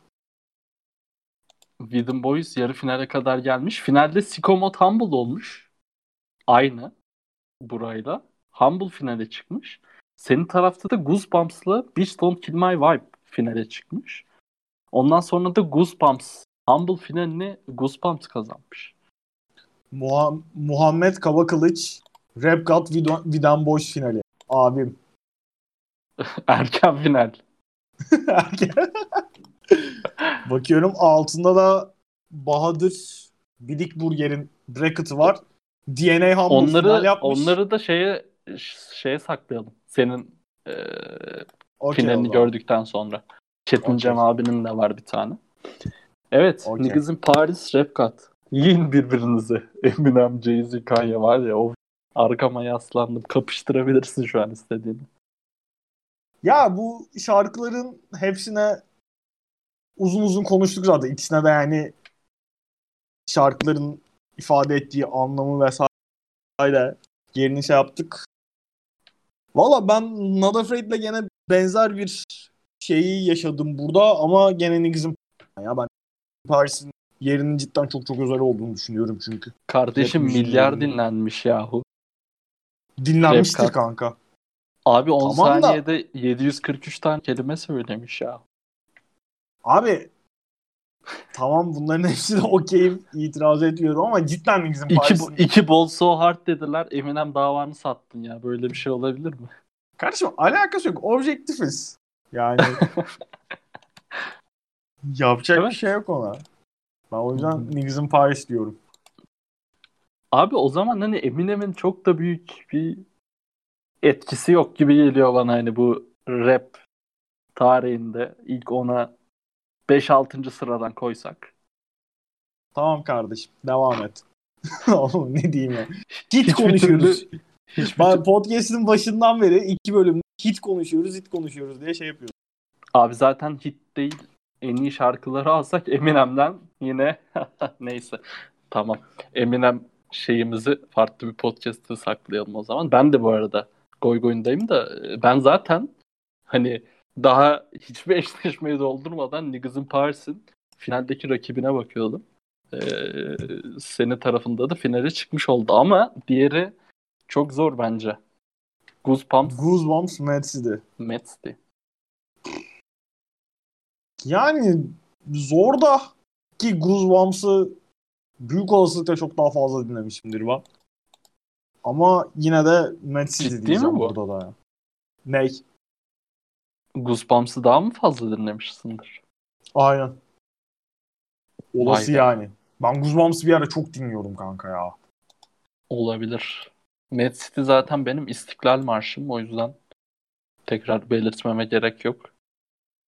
Within Boys yarı finale kadar gelmiş. Finalde Sikomot Humble olmuş. Aynı burayla. Humble finale çıkmış. Senin tarafta da Goosebumps'la Bitch Don't Kill My Vibe finale çıkmış. Ondan sonra da Goosebumps Humble finalini Goosebumps kazanmış. Muha- Muhammed Kabakılıç Rap God Vidam, Vidam Boys finali. Abim. Erken final. Bakıyorum altında da Bahadır Bidikburger'in bracket'ı var. D N A Humble final Onları yapmış. onları da şeye şeye saklayalım. Senin e, Okey o finalini zaman. gördükten sonra. Çetin Cem Okey. abinin de var bir tane. Evet, Okey. Niggas'in Paris Rap God. Yiyin birbirinizi. Eminem, Jay-Z, Kanye var ya o arkama yaslandım. Kapıştırabilirsin şu an istediğini. Ya bu şarkıların hepsine uzun uzun konuştuk zaten. İkisine de yani şarkıların ifade ettiği anlamı vesaire yerini şey yaptık. Valla ben Not Afraid'le gene benzer bir şeyi yaşadım burada ama gene Niggs'in ya ben Paris'in yerinin cidden çok çok özel olduğunu düşünüyorum çünkü. Rap Kardeşim müziğin milyar yerinin. dinlenmiş yahu. Rap Dinlenmiştir God. kanka. Abi on Tamam da saniyede yedi yüz kırk üç tane kelime söylemiş ya. abi tamam bunların hepsine okeyim itiraz ediyorum ama cidden Niggs'in İki, Paris'in iki bol so hard dediler. Eminem davanı sattın ya. Böyle bir şey olabilir mi? kardeşim alakası yok. Objektifiz. Yani yapacak bir Evet. şey yok ona. Ben o yüzden Niggs'in Paris diyorum. Abi o zaman hani Eminem'in çok da büyük bir etkisi yok gibi geliyor bana hani bu rap tarihinde ilk ona beş altıncı sıradan koysak. Tamam kardeşim devam et. Oğlum ne diyeyim ya. Hit Hiçbir konuşuyoruz. türlü hiçbir Ben tür- podcast'in başından beri iki bölüm hit konuşuyoruz, hit konuşuyoruz diye şey yapıyoruz. Abi zaten hit değil. En iyi şarkıları alsak Eminem'den yine neyse. Tamam. Eminem şeyimizi farklı bir podcast'te saklayalım o zaman. Ben de bu arada goy goyundayım da e, ben zaten hani daha hiçbir eşleşmeyi doldurmadan Niggas'ın Paris'in finaldeki rakibine bakıyordum. Ee, senin tarafında da finale çıkmış oldu ama diğeri çok zor bence. Goosebumps Goosebumps Mad City. Mets'ti. Yani zor da ki Goosebumps'ı büyük olasılıkla çok daha fazla dinlemişimdir ben. Ama yine de Mad City Ciddi mi diyeceğim bu? burada da ya. Ney? Goosebumps'ı daha mı fazla dinlemişsindir? Aynen. Vay Olası be. yani. Ben Goosebumps'ı bir ara çok dinliyordum kanka ya. Olabilir. Mad City zaten benim İstiklal Marşım. O yüzden tekrar belirtmeme gerek yok.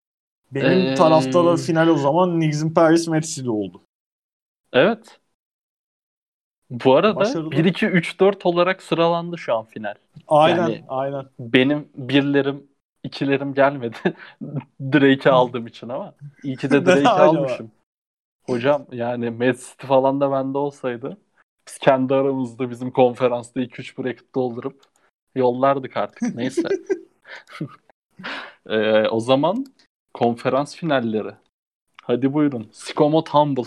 Benim tarafta da Ee, final o zaman Knicks in Paris Mad City oldu. evet. Bu arada bir Başarılı. iki üç dört olarak sıralandı şu an final. Aynen, Yani aynen. benim birlerim, ikilerim gelmedi. Drake'i aldığım için ama iyi ki de Neden Drake'i acaba? almışım. Hocam yani Man City falan da bende olsaydı biz kendi aramızda bizim konferansta iki üç bracket doldurup yollardık artık. Neyse. Ee, o zaman konferans finalleri. Hadi buyurun. Skomot Humble.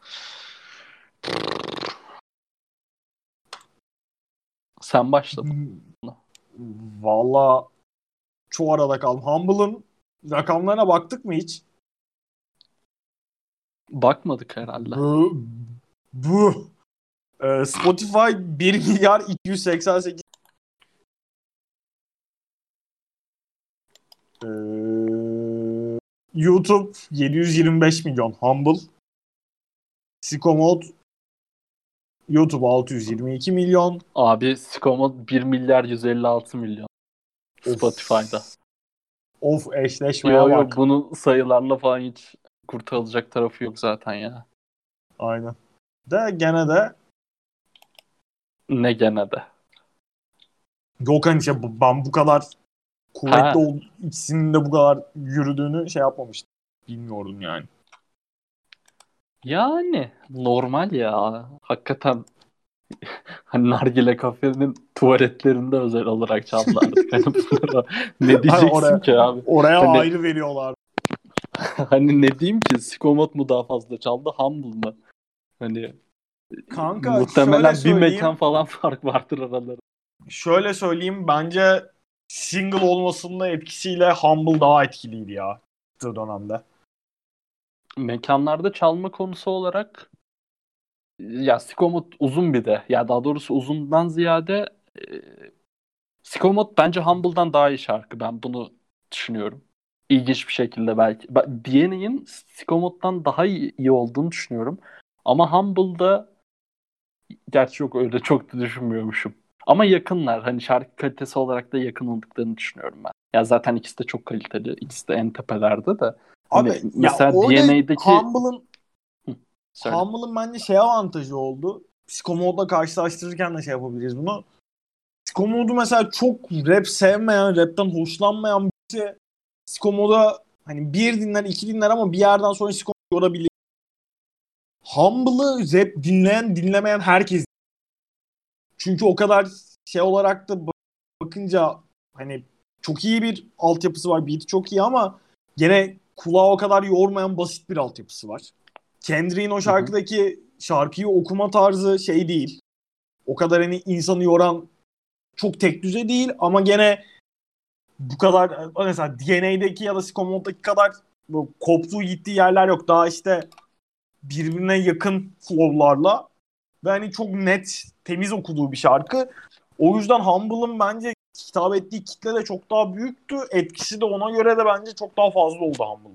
Sen başla buna. Valla çok arada kaldım. Humble'ın rakamlarına baktık mı hiç? Bakmadık herhalde. Bu, bu. Ee, Spotify bir milyar iki yüz seksen sekiz. Ee, YouTube yedi yüz yirmi beş milyon. Humble. Sicko YouTube altı yüz yirmi iki milyon. Abi Skomot bir milyar yüz elli altı milyon Spotify'da. Of. Of, eşleşmeye Yo yo bak. bunun sayılarla falan hiç kurtarılacak tarafı yok zaten ya. Aynen. De gene de Ne gene de. yok hani şey, ben bu kadar kuvvetli Ha ol, ikisinin de bu kadar yürüdüğünü şey yapmamıştım. Bilmiyordum yani. yani normal ya. Hakikaten hani nargile kafenin tuvaletlerinde özel olarak çaldı artık. Hani bunlara ne Hani diyeceksin oraya ki abi? oraya Hani ayrı veriyorlar. hani ne diyeyim ki? Skomot mu daha fazla çaldı, Humble mı? Hani Kanka şöyle muhtemelen bir söyleyeyim. mekan falan fark vardır aralarında. Şöyle söyleyeyim. Bence single olmasının etkisiyle Humble daha etkiliydi ya. Bu dönemde. Mekanlarda çalma konusu olarak ya Skomot uzun bir de. Ya daha doğrusu uzundan ziyade e, Skomot bence Humble'dan daha iyi şarkı. Ben bunu düşünüyorum. İlginç bir şekilde belki. Ben D N A'nin Skomot'tan daha iyi, iyi olduğunu düşünüyorum. Ama Humble'da gerçi yok öyle çok da düşünmüyormuşum. Ama yakınlar. Hani şarkı kalitesi olarak da yakın olduklarını düşünüyorum ben. Ya zaten ikisi de çok kaliteli. İkisi de en tepelerde de. Hani Abi ya mesela orada D N A'daki Humble'ın Hı, söyle. Humble'ın bence şey avantajı oldu. Psikomode'la karşılaştırırken de şey yapabiliriz bunu. Psikomod'u mesela çok rap sevmeyen, rapten hoşlanmayan birisi Psikomoda hani bir dinler, iki dinler ama bir yerden sonra Psikomod'u yorabilir. Humble'ı rap dinleyen, dinlemeyen herkes. Çünkü o kadar şey olarak da bakınca hani çok iyi bir altyapısı var. Beat çok iyi ama gene kulağı o kadar yormayan basit bir altyapısı var. Kendrick'in o Hı hı. şarkıdaki şarkıyı okuma tarzı şey değil. O kadar hani insanı yoran çok tek düze değil ama gene bu kadar mesela D N A'daki ya da Scomo'daki kadar bu koptuğu gittiği yerler yok. Daha işte birbirine yakın flow'larla ve hani çok net, temiz okuduğu bir şarkı. O yüzden Humble'ın bence hitap ettiği kitle de çok daha büyüktü. Etkisi de ona göre de bence çok daha fazla oldu Humble.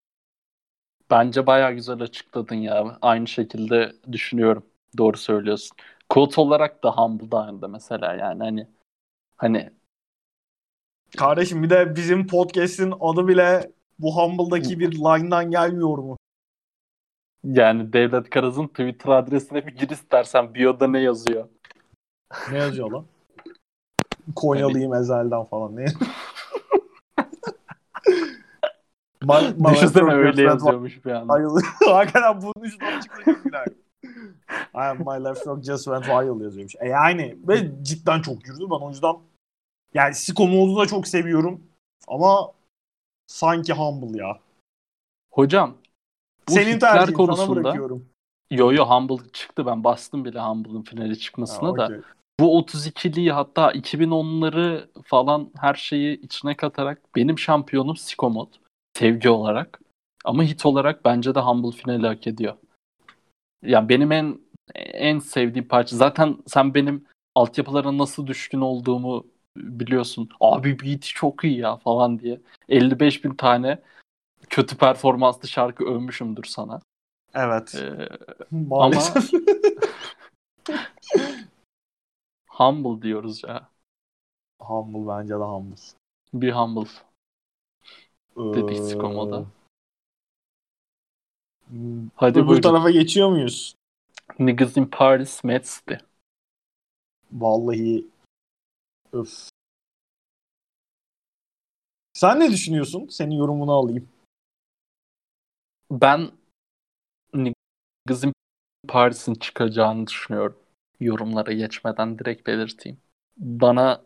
Bence bayağı güzel açıkladın ya. Aynı şekilde düşünüyorum. Doğru söylüyorsun. Kod olarak da Humble'da önde mesela yani hani hani Kardeşim bir de bizim podcast'in adı bile bu Humble'daki bir line'dan gelmiyor mu? yani Devlet Karaz'ın Twitter adresine bir gir istersen bio'da ne yazıyor? Ne yazıyor lan? Hani Konyalıyım ezelden falan. Ne? My, my left düşünsene work just öyle went yazıyormuş bir anda. viral. Hakikaten bunun üstüne çıksa çok güler. I am my left hook just went viral yazıyormuş. E yani ve cidden çok yürüdü. Ben o yüzden yani Sicko Mode'u da çok seviyorum. Ama sanki Humble ya. Hocam bu Senin hitler tercihin, sana konusunda bırakıyorum. yo yo Humble çıktı ben bastım bile Humble'ın finali Ha, çıkmasına da. okey. Bu otuz ikiliyi hatta iki bin onları falan her şeyi içine katarak benim şampiyonum Sikomod. Sevgi olarak. Ama hit olarak bence de Humble finali hak ediyor. Yani benim en en sevdiğim parça. Zaten sen benim altyapılara nasıl düşkün olduğumu biliyorsun. Abi beat'i çok iyi ya falan diye. elli beş bin tane kötü performanslı şarkı övmüşümdür sana. Evet. Ee, ama Maalesef. Humble diyoruz ya. Humble, bence de Humble. Bir Humble dedik Ee, Sikomo'da. Hadi Öbür buyurun. tarafa geçiyor muyuz? Niggas in Paris, Mad City. Vallahi öf. Sen ne düşünüyorsun? Senin yorumunu alayım. Ben Niggas in Paris'in çıkacağını düşünüyorum. Yorumlara geçmeden direkt belirteyim. Bana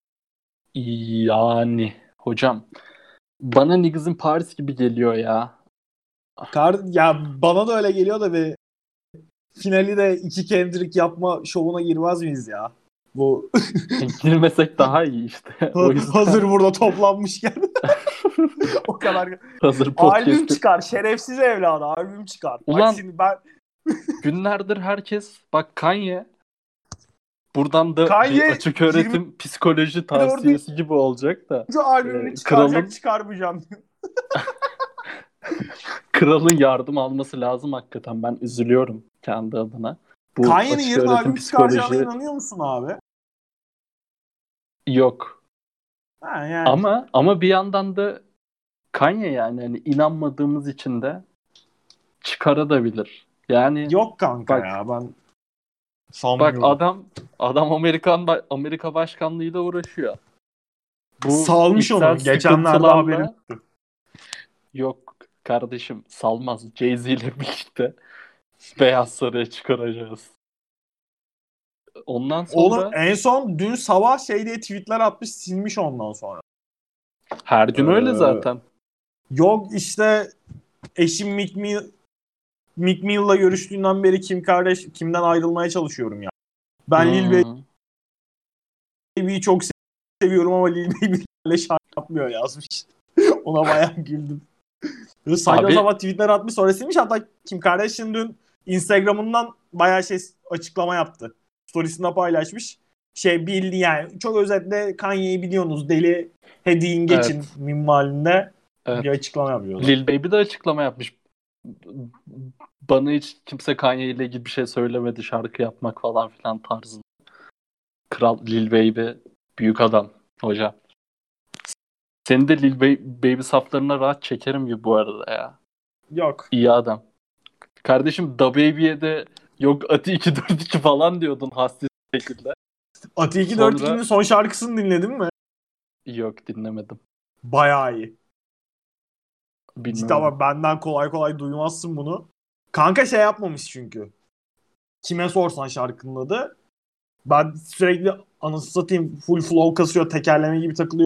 yani hocam bana Niggas in Paris gibi geliyor ya. Kar ya bana da öyle geliyor da ve finali de iki Kendrick yapma şovuna girmez miyiz ya? Bu Girmesek daha iyi işte. O hazır yüzden burada toplanmışken o kadar hazır albüm podcast'i. çıkar, şerefsiz evladı albüm çıkar. Bak Ulan şimdi ben günlerdir herkes bak Kanye buradan da bir Kanye açık öğretim psikoloji yirmi dördüncü tavsiyesi gibi olacak da albümünü e, çıkaracak, kralın çıkarmayacağım. kralın yardım alması lazım hakikaten. Ben üzülüyorum kendi adına. Bu Kanye'nin açık yarın öğretim albüm çıkaracağına psikoloji inanıyor musun abi? yok. Ha yani. Ama ama bir yandan da Kanye yani hani inanmadığımız için de çıkarabilir. Yani Yok kanka bak ya ben bak sanmıyorum. adam adam Amerikan Amerika başkanlığıyla uğraşıyor. Bu Salmış içsel onu. Geçenlerde haberim. sıkıntılarla yok kardeşim salmaz. Jay-Z ile birlikte Beyaz Saray'a çıkaracağız. Ondan Oğlum sonra en son dün sabah şey diye tweetler atmış silmiş ondan sonra. her gün öyle Ee, zaten. yok işte eşim Meek Mill, Meek Mill'la görüştüğünden beri Kim Kardashian, Kim'den ayrılmaya çalışıyorum ya. Ben Lil Hmm. Baby'yi çok seviyorum ama Lil Baby'lerle şarkı yapmıyor yazmış. Ona bayağı güldüm. Böyle saçma Abi sapan tweetler atmış sonra silmiş. Hatta Kim Kardashian dün Instagram'ından bayağı şey açıklama yaptı. Storiesinde paylaşmış. Şey bildi yani. Çok özetle Kanye'yi biliyorsunuz. Deli hediyin geçin evet. minvalinde bir Evet. açıklama yapıyordu. Lil Baby de açıklama yapmış. Bana hiç kimse Kanye ile ilgili bir şey söylemedi şarkı yapmak falan filan tarzında. Kral Lil Baby büyük adam hoca. Seni de Lil Baby saflarına rahat çekerim gibi bu arada ya. Yok. İyi adam. Kardeşim Da Baby'ye de yok Ati iki dört iki falan diyordun hastis şekilde. Ati iki dört ikinin Sonra son şarkısını dinledin mi? yok dinlemedim. Bayağı iyi. Cidden Bilmiyorum. ama benden kolay kolay duymazsın bunu. Kanka şey yapmamış çünkü. Kime sorsan şarkının adı. Ben sürekli anasını satayım full flow kasıyor tekerleme gibi takılıyor.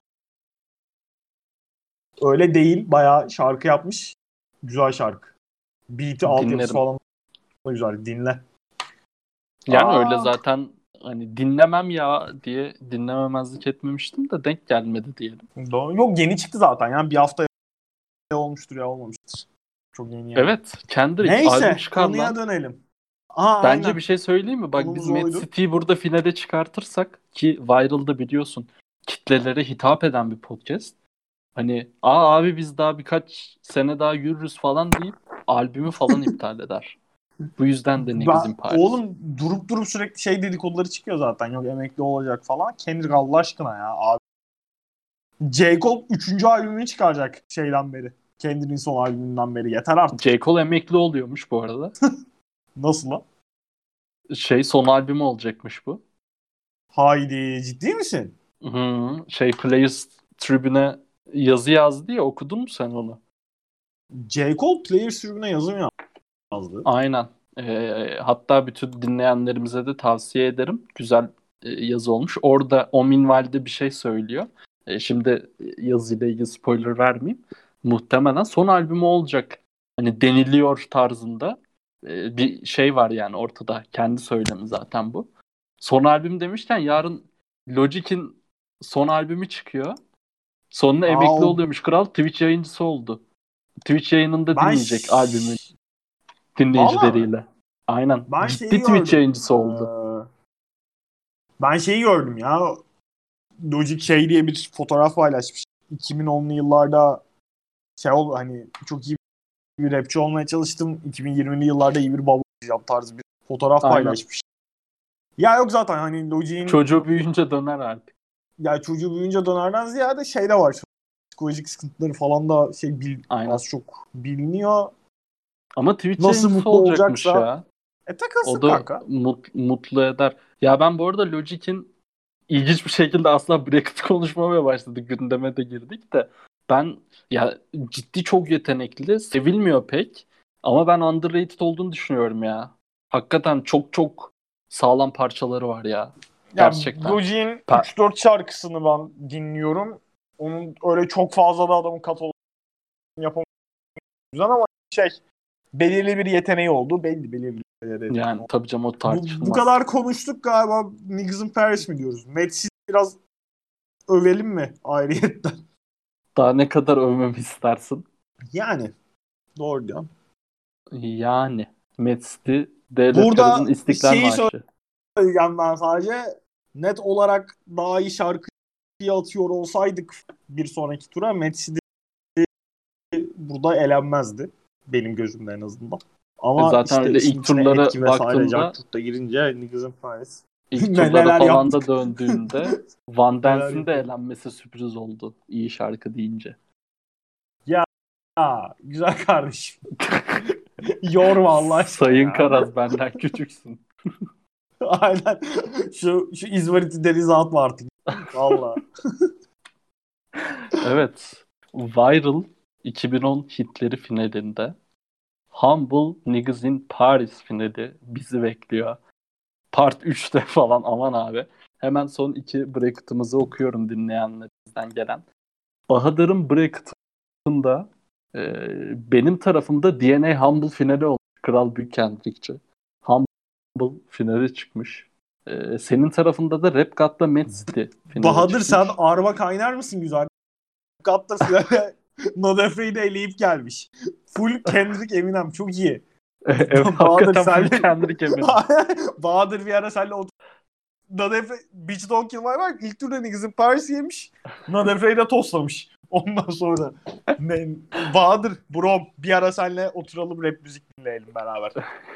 Öyle değil. Bayağı şarkı yapmış. Güzel şarkı. Beat'i altyapısı Dinlerim. falan da güzel. Dinle. Yani öyle Aa, zaten hani dinlemem ya diye dinlememezlik etmemiştim de denk gelmedi diyelim. doğru. Yok yeni çıktı zaten. Yani bir hafta olmuştur ya olmamıştır. Çok yeni yani. Evet, Kendrick albüm Neyse çıkar konuya lan. dönelim. Aa Bence aynen. bir şey söyleyeyim mi? Bak biz Konumuz Mad oydu. City'yi burada finale çıkartırsak ki Viral'da biliyorsun kitlelere hitap eden bir podcast. Hani aa abi biz daha birkaç sene daha yürürüz falan deyip albümü falan iptal eder. Bu yüzden de Ben, Niggas in Paris. oğlum durup durup sürekli şey dedikoduları çıkıyor zaten. Yok emekli olacak falan. Kendrick Allah aşkına ya abi. J. Cole üçüncü albümünü çıkaracak şeyden beri. Kendrick'in son albümünden beri. Yeter artık. J. Cole emekli oluyormuş bu arada. Nasıl lan? Şey son albümü olacakmış bu. Haydi ciddi misin? Hı, şey Players Tribune'e yazı yazdı ya okudun mu sen onu? J. Cole Players sürümüne yazım yazdı. Aynen. Ee, hatta bütün dinleyenlerimize de tavsiye ederim. Güzel e, yazı olmuş. Orada o minvalde bir şey söylüyor. E, şimdi yazıyla ilgili spoiler vermeyeyim. Muhtemelen son albümü olacak. Hani deniliyor tarzında e, bir şey var yani ortada. Kendi söylemi zaten bu. Son albüm demişken yarın Logic'in son albümü çıkıyor. Sonuna Aa, emekli o... oluyormuş kral. Twitch yayıncısı oldu. Twitch yayınında Ben dinleyecek albümün ş- Valla mı? dinleyicileriyle. Aynen. Ben Ciddi şeyi Twitch gördüm. yayıncısı oldu. Ee, ben şeyi gördüm ya. Logic şey diye bir fotoğraf paylaşmış. iki bin onlu yıllarda şey oldu hani çok iyi bir rapçi olmaya çalıştım. iki bin yirmili yıllarda iyi bir baba olacağım tarzı bir fotoğraf Aynen. paylaşmış. Ya yok zaten hani Logic'in Çocuğu büyüyünce döner artık. ya çocuğu büyüyünce dönerden ziyade şey de var. Psikolojik sıkıntıları falan da şey bil, Aynen. az çok biliniyor. Ama Twitch Nasıl yayıncısı mutlu olacakmış olacaksa ya. e takılsın O da kanka. mut, mutlu eder. Ya ben bu arada Logic'in ilginç bir şekilde aslında Bracket konuşmamaya başladık. Gündeme de girdik de. Ben ya ciddi çok yetenekli. Sevilmiyor pek. Ama ben underrated olduğunu düşünüyorum ya. Hakikaten çok çok sağlam parçaları var ya. Ya Gerçekten. Logic'in Pa- üç dört şarkısını ben dinliyorum. Onun öyle çok fazla da adamın kataloğunu yapamıyoruz ama şey belirli bir yeteneği olduğu belli. Belirli bir yeteneği. yani tabii canım o Bu, bu tartışılmaz. kadar konuştuk galiba Niggas in Paris mi diyoruz? Mets'i biraz övelim mi ayrıyetten? Daha ne kadar övmemi istersin? Yani doğru diyorsun. Yani Metsti Devlet Karı'nın Burada İstiklal şeyi Marşı. söyleyeceğim ben sadece. Net olarak daha iyi şarkıyı atıyor olsaydık bir sonraki tura Mets'i burada elenmezdi. Benim gözümde en azından. E Ama zaten işte öyle işin ilk içine turlara etki vesaire baktığında Carchurt'ta girince Niggas in Paris ilk ne- turlara neler falan da yaptık. döndüğünde Van Neler Dance'in de yapıyoruz. elenmesi sürpriz oldu. İyi şarkı deyince. Ya güzel kardeşim. Yorma Allah aşkına Sayın ya. Karaz benden küçüksün. Aynen. Şu, şu İzmarit'i denize atma artık. Valla. Evet. Viral iki bin on hitleri finalinde Humble Niggas in Paris finali bizi bekliyor. Part üçte falan aman abi. Hemen son iki bracket'ımızı okuyorum dinleyenlerimizden gelen. Bahadır'ın bracket'ında e, benim tarafımda D N A Humble finali olmuş. Kral Büyük Kendrickçi. Humble finali çıkmış. E, senin tarafında da Rap God'la Mad City finali Bahadır sen çıkmış. arma kaynar mısın güzel? Gatta finale No Defray'i de eleyip gelmiş. Full Kendrick Eminem çok iyi. Evet, Bahadır hakikaten full senle Kendrick eminim. Bahadır bir ara senle otur. No Defray Beach Don't Kill My Vibe ilk turda Niggas in Paris yemiş. No Defray'i de toslamış. Ondan sonra ne, Bahadır brom bir ara senle oturalım rap müzik dinleyelim beraber.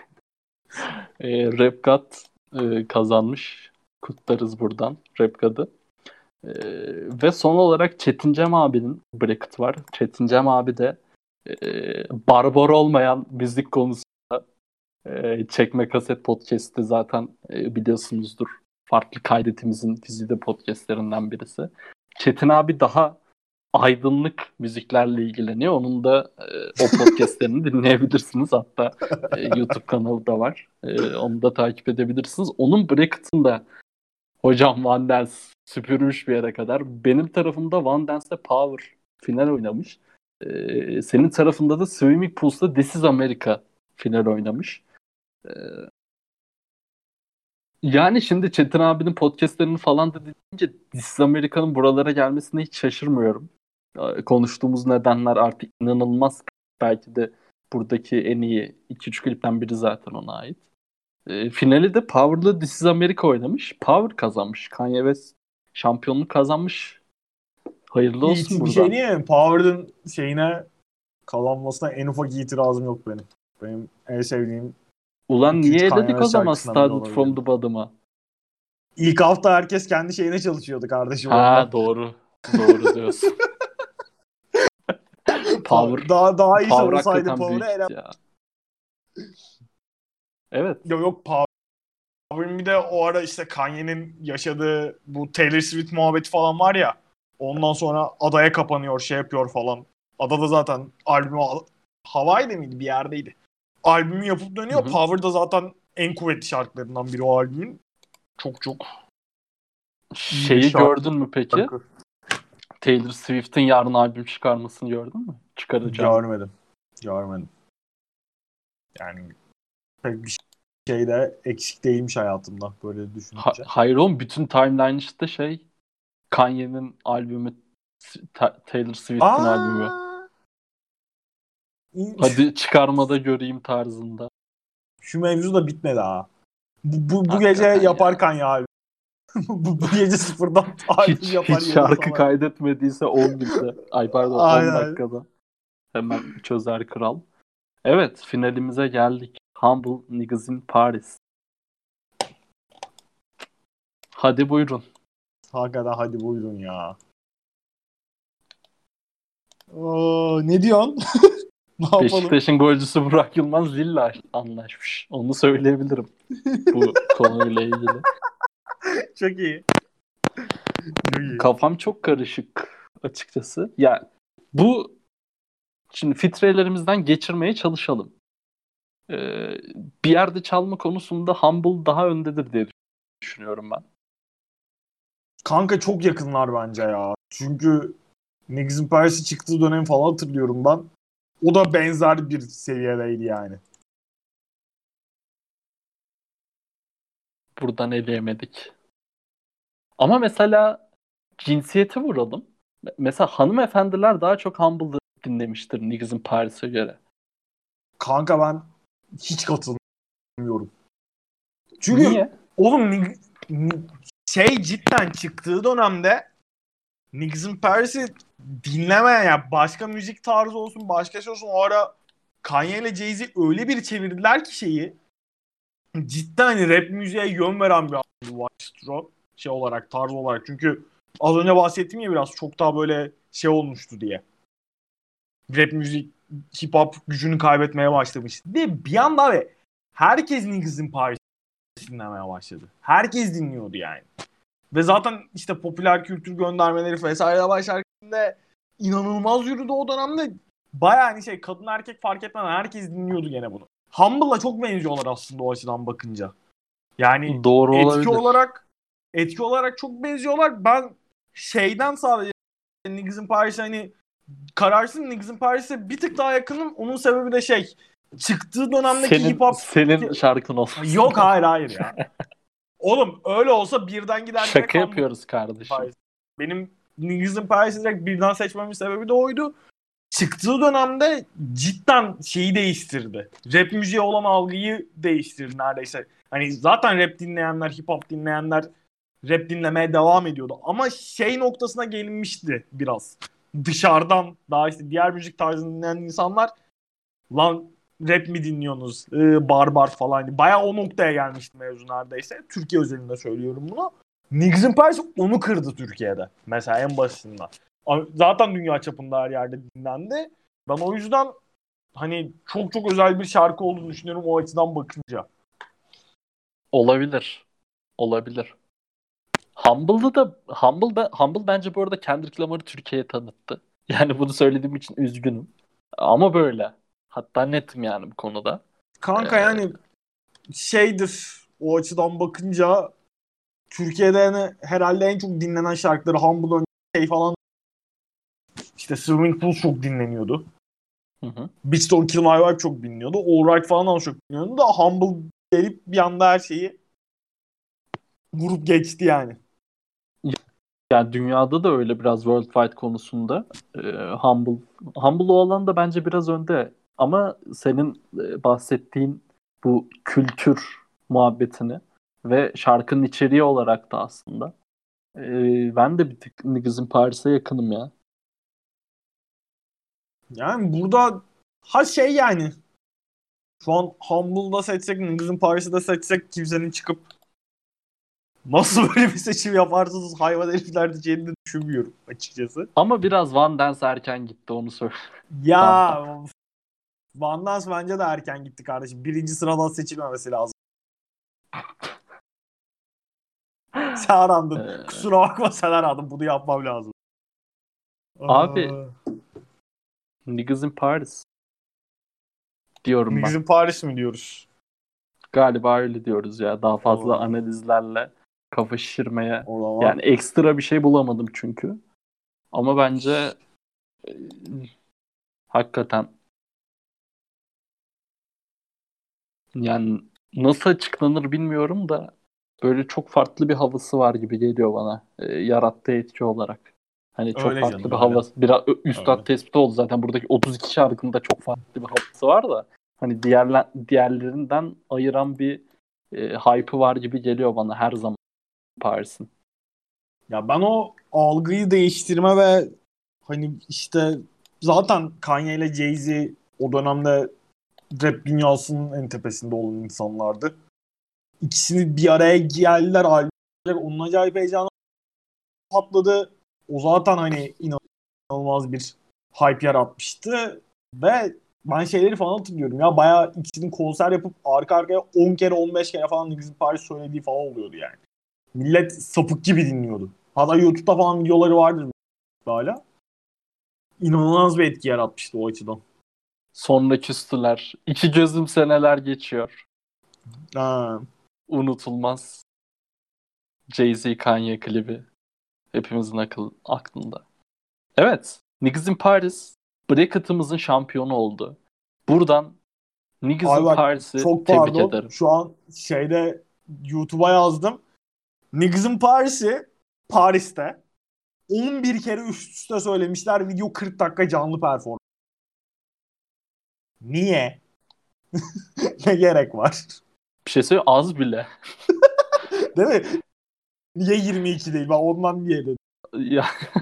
E, Rap God e, kazanmış. Kutlarız buradan Rap God'ı. E, ve son olarak Çetin Cem abinin bracket var. Çetin Cem abi de e, barbar olmayan müzik konusunda e, Çekme Kaset Podcast'ı zaten e, biliyorsunuzdur. Farklı kaydetimizin güzide podcastlerinden birisi. Çetin abi daha aydınlık müziklerle ilgileniyor. Onun da e, o podcastlerini dinleyebilirsiniz. Hatta e, YouTube kanalı da var. E, onu da takip edebilirsiniz. Onun bracket'ında hocam Van Dance süpürmüş bir yere kadar. Benim tarafımda Van Dance'de Power final oynamış. E, senin tarafında da Swimming Pools'ta This is America final oynamış. E, yani şimdi Çetin abinin podcastlerini falan da dinleyince This is America'nın buralara gelmesine hiç şaşırmıyorum. Konuştuğumuz nedenler artık inanılmaz. Belki de buradaki en iyi iki üç klipten biri zaten ona ait. E, finali de Power'la This is America oynamış. Power kazanmış. Kanye West şampiyonluk kazanmış. Hayırlı olsun İyi, bir şey buradan. diyeyim mi? Power'ın şeyine kazanmasına en ufak itirazım yok benim. Benim en sevdiğim Ulan iki üç niye Kanye eledik o West zaman şarkısından biri Started olabilir. from the Bottom'a? İlk hafta herkes kendi şeyine çalışıyordu kardeşim Ha ondan. doğru. Doğru diyorsun. Power. daha daha iyi Power çalışsaydı hakikaten Power'ı büyük ele... hit ya. Evet. Yok yok Power'ın bir de o ara işte Kanye'nin yaşadığı bu Taylor Swift muhabbeti falan var ya. Ondan sonra adaya kapanıyor şey yapıyor falan. Adada zaten albümü Hawaii'de miydi bir yerdeydi. Albümü yapıp Hı dönüyor. hı. Power da zaten en kuvvetli şarkılarından biri o albümün. Çok çok iyi bir Şeyi gördün mü peki? şarkı. Taylor Swift'in yarın albüm çıkarmasını gördün mü? Çıkaracağını. Görmedim. Görmedim. Yani pek bir şey de eksik değilmiş hayatımda böyle Ha- düşününce. hayır oğlum bütün timeline işte şey Kanye'nin albümü Ta- Taylor Swift'in albümü. Aa! Hadi çıkarmada göreyim tarzında. Şu mevzu da bitmedi ha. Bu, bu, bu gece Hakikaten yapar ya. Kanye albüm. bu, bu gece sıfırdan albüm Hiç yapar hiç yayın şarkı salar. kaydetmediyse on günde. Ay pardon on Aynen. dakikada. Hemen çözer kral. Evet finalimize geldik. Humble Niggas in Paris. Hadi buyurun. Hakikaten hadi buyurun ya. Oo, ne diyorsun? Ne yapalım? Beşiktaş'ın golcüsü Burak Yılmaz Lille anlaşmış. Onu söyleyebilirim bu konuyla ilgili. Çok iyi. Çok iyi. Kafam çok karışık açıkçası. Ya bu şimdi filtrelerimizden geçirmeye çalışalım. Ee, bir yerde çalma konusunda Humble daha öndedir diye düşünüyorum ben. Kanka çok yakınlar bence ya. Çünkü Niggs in Paris'i çıktığı dönem falan hatırlıyorum ben. O da benzer bir seviyedeydi yani. Buradan eleyemedik. Ama mesela cinsiyeti vuralım. Mesela hanımefendiler daha çok Humble'ı dinlemiştir Niggs in Paris'e göre. Kanka ben hiç katılmıyorum. Çünkü Niye? oğlum Nig- Nig- şey cidden çıktığı dönemde Niggs in Paris'i dinlemeyen ya başka müzik tarzı olsun başka şey olsun o ara Kanye ile Jay-Z öyle bir çevirdiler ki şeyi cidden hani rap müziğe yön veren bir adamdı White Straw şey olarak tarz olarak çünkü az önce bahsettim ya biraz çok daha böyle şey olmuştu diye. Rap müzik hip hop gücünü kaybetmeye başlamıştı diye bir anda abi herkes Niggs in Paris dinlemeye başladı. Herkes dinliyordu yani. Ve zaten işte popüler kültür göndermeleri vesaire başlarken inanılmaz yürüdü o dönemde. Bayağı hani şey kadın erkek fark etmeden herkes dinliyordu gene bunu. Humble'la çok benziyorlar aslında o açıdan bakınca. Yani Doğru etki olabilir. olarak etki olarak çok benziyorlar. Ben şeyden sadece Niggs in Paris'e hani kararsız Niggs in Paris'e bir tık daha yakınım. Onun sebebi de şey çıktığı dönemdeki hip Senin hop senin şarkın olsun. yok hayır hayır ya. Oğlum öyle olsa birden gider direkt Şaka Humble yapıyoruz kardeşim. Paris. Benim Niggs in Paris'i direkt birden seçmemin sebebi de oydu. Çıktığı dönemde cidden şeyi değiştirdi. Rap müziğe olan algıyı değiştirdi neredeyse. Hani zaten rap dinleyenler, hip hop dinleyenler rap dinlemeye devam ediyordu. Ama şey noktasına gelinmişti biraz. Dışarıdan daha işte diğer müzik tarzını dinleyen insanlar lan rap mi dinliyorsunuz? Ee, barbar falan. Bayağı o noktaya gelmişti mevzu neredeyse. Türkiye özelinde söylüyorum bunu. Niggs in Paris onu kırdı Türkiye'de. Mesela en basitinden. Zaten dünya çapında her yerde dinlendi. Ben o yüzden hani çok çok özel bir şarkı olduğunu düşünüyorum o açıdan bakınca. Olabilir. Olabilir. Humble'da da Humble, be- Humble bence bu arada Kendrick Lamar'ı Türkiye'ye tanıttı. Yani bunu söylediğim için üzgünüm. Ama böyle. Hatta netim yani bu konuda. Kanka Ee, yani şeydir o açıdan bakınca Türkiye'de yani herhalde en çok dinlenen şarkıları Humble önce şey falan işte Swimming Pool çok dinleniyordu. hı hı. Bitch Don't Kill My Vibe çok dinliyordu. All Right falan da çok dinliyordu da Humble gelip bir anda her şeyi vurup geçti yani. Yani dünyada da öyle biraz worldwide konusunda. Ee, Humble. Humble o alanda bence biraz önde. Ama senin e, bahsettiğin bu kültür muhabbetini ve şarkının içeriği olarak da aslında e, ben de bir tık Niggs'in Paris'e yakınım ya. Yani burada ha şey yani şu an Humble'da seçsek, Niggs'in Paris'i de seçsek kimsenin çıkıp nasıl böyle bir seçim yaparsınız hayvan herifler diyeceğini de düşünmüyorum açıkçası. Ama biraz Van Dance erken gitti onu söyle. Tamam. Ya Van Dance bence de erken gitti kardeşim. Birinci sıradan seçilmemesi lazım. Sen arandın. Ee, Kusura bakma sen arandın. Bunu yapmam lazım. abi Aa, Niggs'in Paris diyorum ben. Niggs'in Paris mi diyoruz? Galiba öyle diyoruz ya. Daha fazla O, analizlerle kafa şişirmeye. o zaman Yani ekstra bir şey bulamadım çünkü. Ama bence e, hakikaten yani nasıl açıklanır bilmiyorum da böyle çok farklı bir havası var gibi geliyor bana. E, yarattığı etki olarak. Hani çok öyle farklı canım bir öyle. havası. Biraz üstad Öyle. tespiti oldu zaten. Buradaki otuz iki şarkının çok farklı bir havası var da. Hani diğerler, diğerlerinden ayıran bir e, hype'ı var gibi geliyor bana her zaman Paris'in. Ya ben o algıyı değiştirme ve hani işte zaten Kanye ile Jay-Z o dönemde rap dünyasının en tepesinde olan insanlardı. İkisini bir araya geldiler. Albümler onun acayip heyecanı patladı. O zaten hani inanılmaz bir hype yaratmıştı. Ve Ben şeyleri falan hatırlıyorum ya. Bayağı ikisinin konser yapıp arka arkaya on kere on beş kere falan Niggas in Paris söylediği falan oluyordu yani. Millet sapık gibi dinliyordu. Hatta YouTube'da falan videoları vardır hala. İnanılmaz bir etki yaratmıştı o açıdan. Sonra küstüler. İki gözüm seneler geçiyor. Ha. Unutulmaz Jay-Z Kanye klibi. Hepimizin akıl, aklında. Evet. Niggas in Paris bracket'ımızın şampiyonu oldu. Buradan Niggas Abi in bak Paris'i çok tebrik pardon. ederim. Şu an şeyde YouTube'a yazdım. Niggas in Paris'i Paris'te on bir kere üst üste söylemişler. Video kırk dakika canlı performans. Niye? Ne gerek var? Bir şey söyleyeyim, az bile. Değil mi? Niye yirmi iki değil? Ben ondan niye dedim. Ya.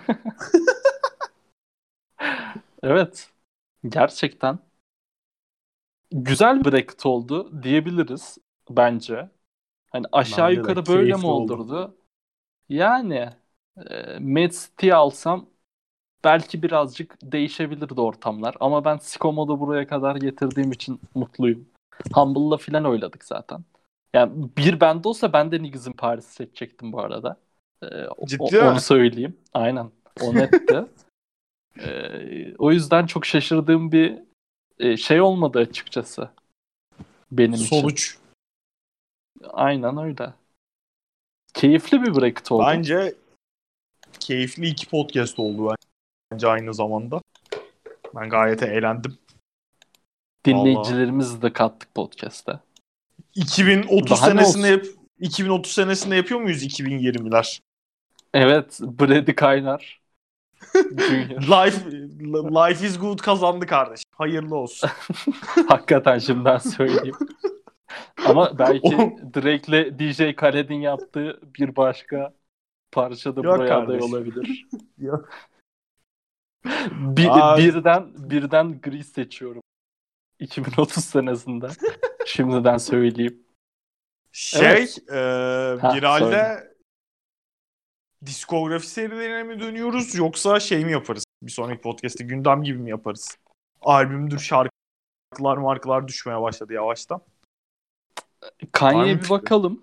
Evet. Gerçekten güzel bir bracket oldu diyebiliriz bence. Hani aşağı Bence de yukarı böyle mi keyifli oldu. olurdu? Yani e, Mad City'yi alsam belki birazcık değişebilirdi ortamlar. Ama ben Sikomo'da buraya kadar getirdiğim için mutluyum. Humble'la filan oyladık zaten. Yani bir bende olsa ben de Niggas in Paris seçecektim bu arada. Ee, o- Ciddi onu mi? söyleyeyim. Aynen. O netti. Ee, o yüzden çok şaşırdığım bir e, şey olmadı açıkçası. Benim için. Sonuç. Aynen öyle. Keyifli bir bracket oldu. Bence keyifli iki podcast oldu bence aynı zamanda. Ben gayet eğlendim. Dinleyicilerimizi de kattık podcast'te. iki bin otuz Daha ne senesinde olsun? yap iki bin otuz senesinde yapıyor muyuz iki bin yirmiler? Evet. Brady Kaynar. Junior. Life, life is good kazandı kardeşim. Hayırlı olsun. Hakikaten şimdiden söyleyeyim. Ama belki Drake'le D J Khaled'in yaptığı bir başka parça da Yok buraya aday kardeşim. olabilir. Yok. Bir, Aa. birden birden Gris seçiyorum. iki bin otuz senesinde. Şimdiden söyleyeyim. Şey, Evet. e, Ha, Viral'de söyle. diskografi serilerine mi dönüyoruz yoksa şey mi yaparız? Bir sonraki podcast'te gündem gibi mi yaparız? Albümdür, şarkılar markalar düşmeye başladı yavaştan. Kanye'ye bir bakalım.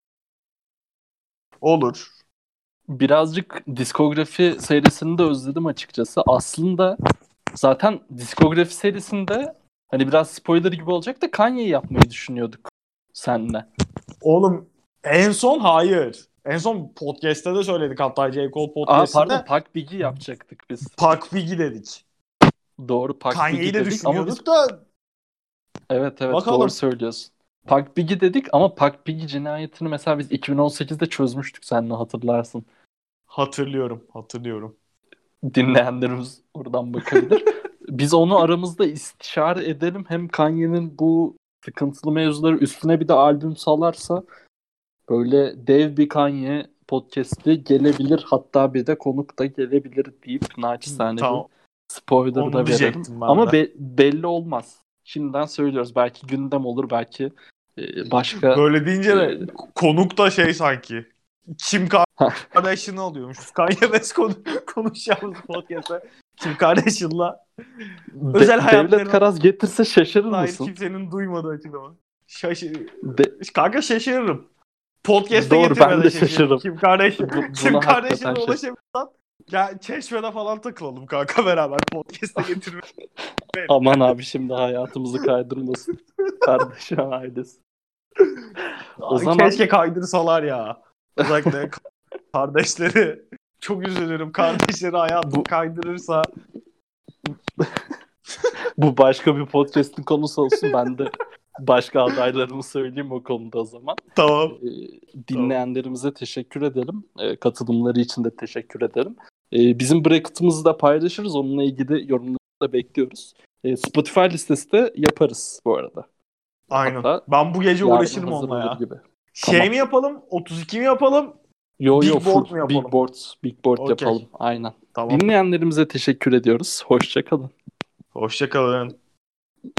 Olur. Birazcık diskografi serisini de özledim açıkçası. Aslında zaten diskografi serisinde hani biraz spoiler gibi olacak da Kanye'yi yapmayı düşünüyorduk seninle. Oğlum en son hayır. En son podcast'te de söyledik hatta J. Cole Aa podcast'inde. pardon, Pak Big'i yapacaktık biz. Pak Big'i dedik. Doğru, Pak Big'i Kanye'yi de dedik ama düşünüyorduk biz... da Evet evet bakalım. doğru söylüyorsun. Pak Big'i dedik ama Pak Big'i cinayetini mesela biz iki bin on sekizde çözmüştük, seninle hatırlarsın. Hatırlıyorum, hatırlıyorum. Dinleyenlerimiz oradan bakabilir. Biz onu aramızda istişare edelim. Hem Kanye'nin bu sıkıntılı mevzuları üstüne bir de albüm salarsa böyle dev bir Kanye podcast'i gelebilir. Hatta bir de konuk da gelebilir deyip naçizane Tamam. bir spoiler Onu da verelim. diyecektim ben Ama de. be- belli olmaz. Şimdiden söylüyoruz. Belki gündem olur, belki e, başka... Böyle deyince de e, konuk da şey sanki. Kim Kardashian'ı alıyormuş. Kanye West konu konuşacağımız podcast'ta Kim Kardashian'la de- özel Devlet hayatlarına Karaz getirse şaşırır dair mısın? kimsenin duymadığı açıklama. Şaşır... De- Kanka şaşırırım. Podcast'a Doğru, getirmeden ben de şaşırırım. şaşırırım. Kim Kardashian, Bu- Kim buna Kardashian'a hakikaten şaş- ulaşabilirsen ya Çeşme'de falan takılalım kanka beraber podcast'a getirme. Aman abi, şimdi hayatımızı kaydırmasın. Kardeşim ailesi. O Ay, zaman keşke kaydırsalar ya. Özellikle kardeşleri. Çok üzülürüm. Kardeşleri hayatını Bu- kaydırırsa. bu başka bir podcast'in konusu olsun. Ben de başka adaylarımı söyleyeyim o konuda o zaman. Tamam. Ee, dinleyenlerimize teşekkür edelim. Ee, katılımları için de teşekkür ederim. Ee, bizim bracket'ımızı da paylaşırız. Onunla ilgili yorumları da bekliyoruz. Ee, Spotify listesi de yaparız bu arada. Aynen. Hatta ben bu gece yarın uğraşırım hazır onunla olur ya. gibi. Şey Tamam. mi yapalım? otuz iki mi yapalım? Yo Big yo board full mu yapalım? big board, big board Okey. yapalım. Aynen. Tamam. Dinleyenlerimize teşekkür ediyoruz. Hoşça kalın. Hoşça kalın.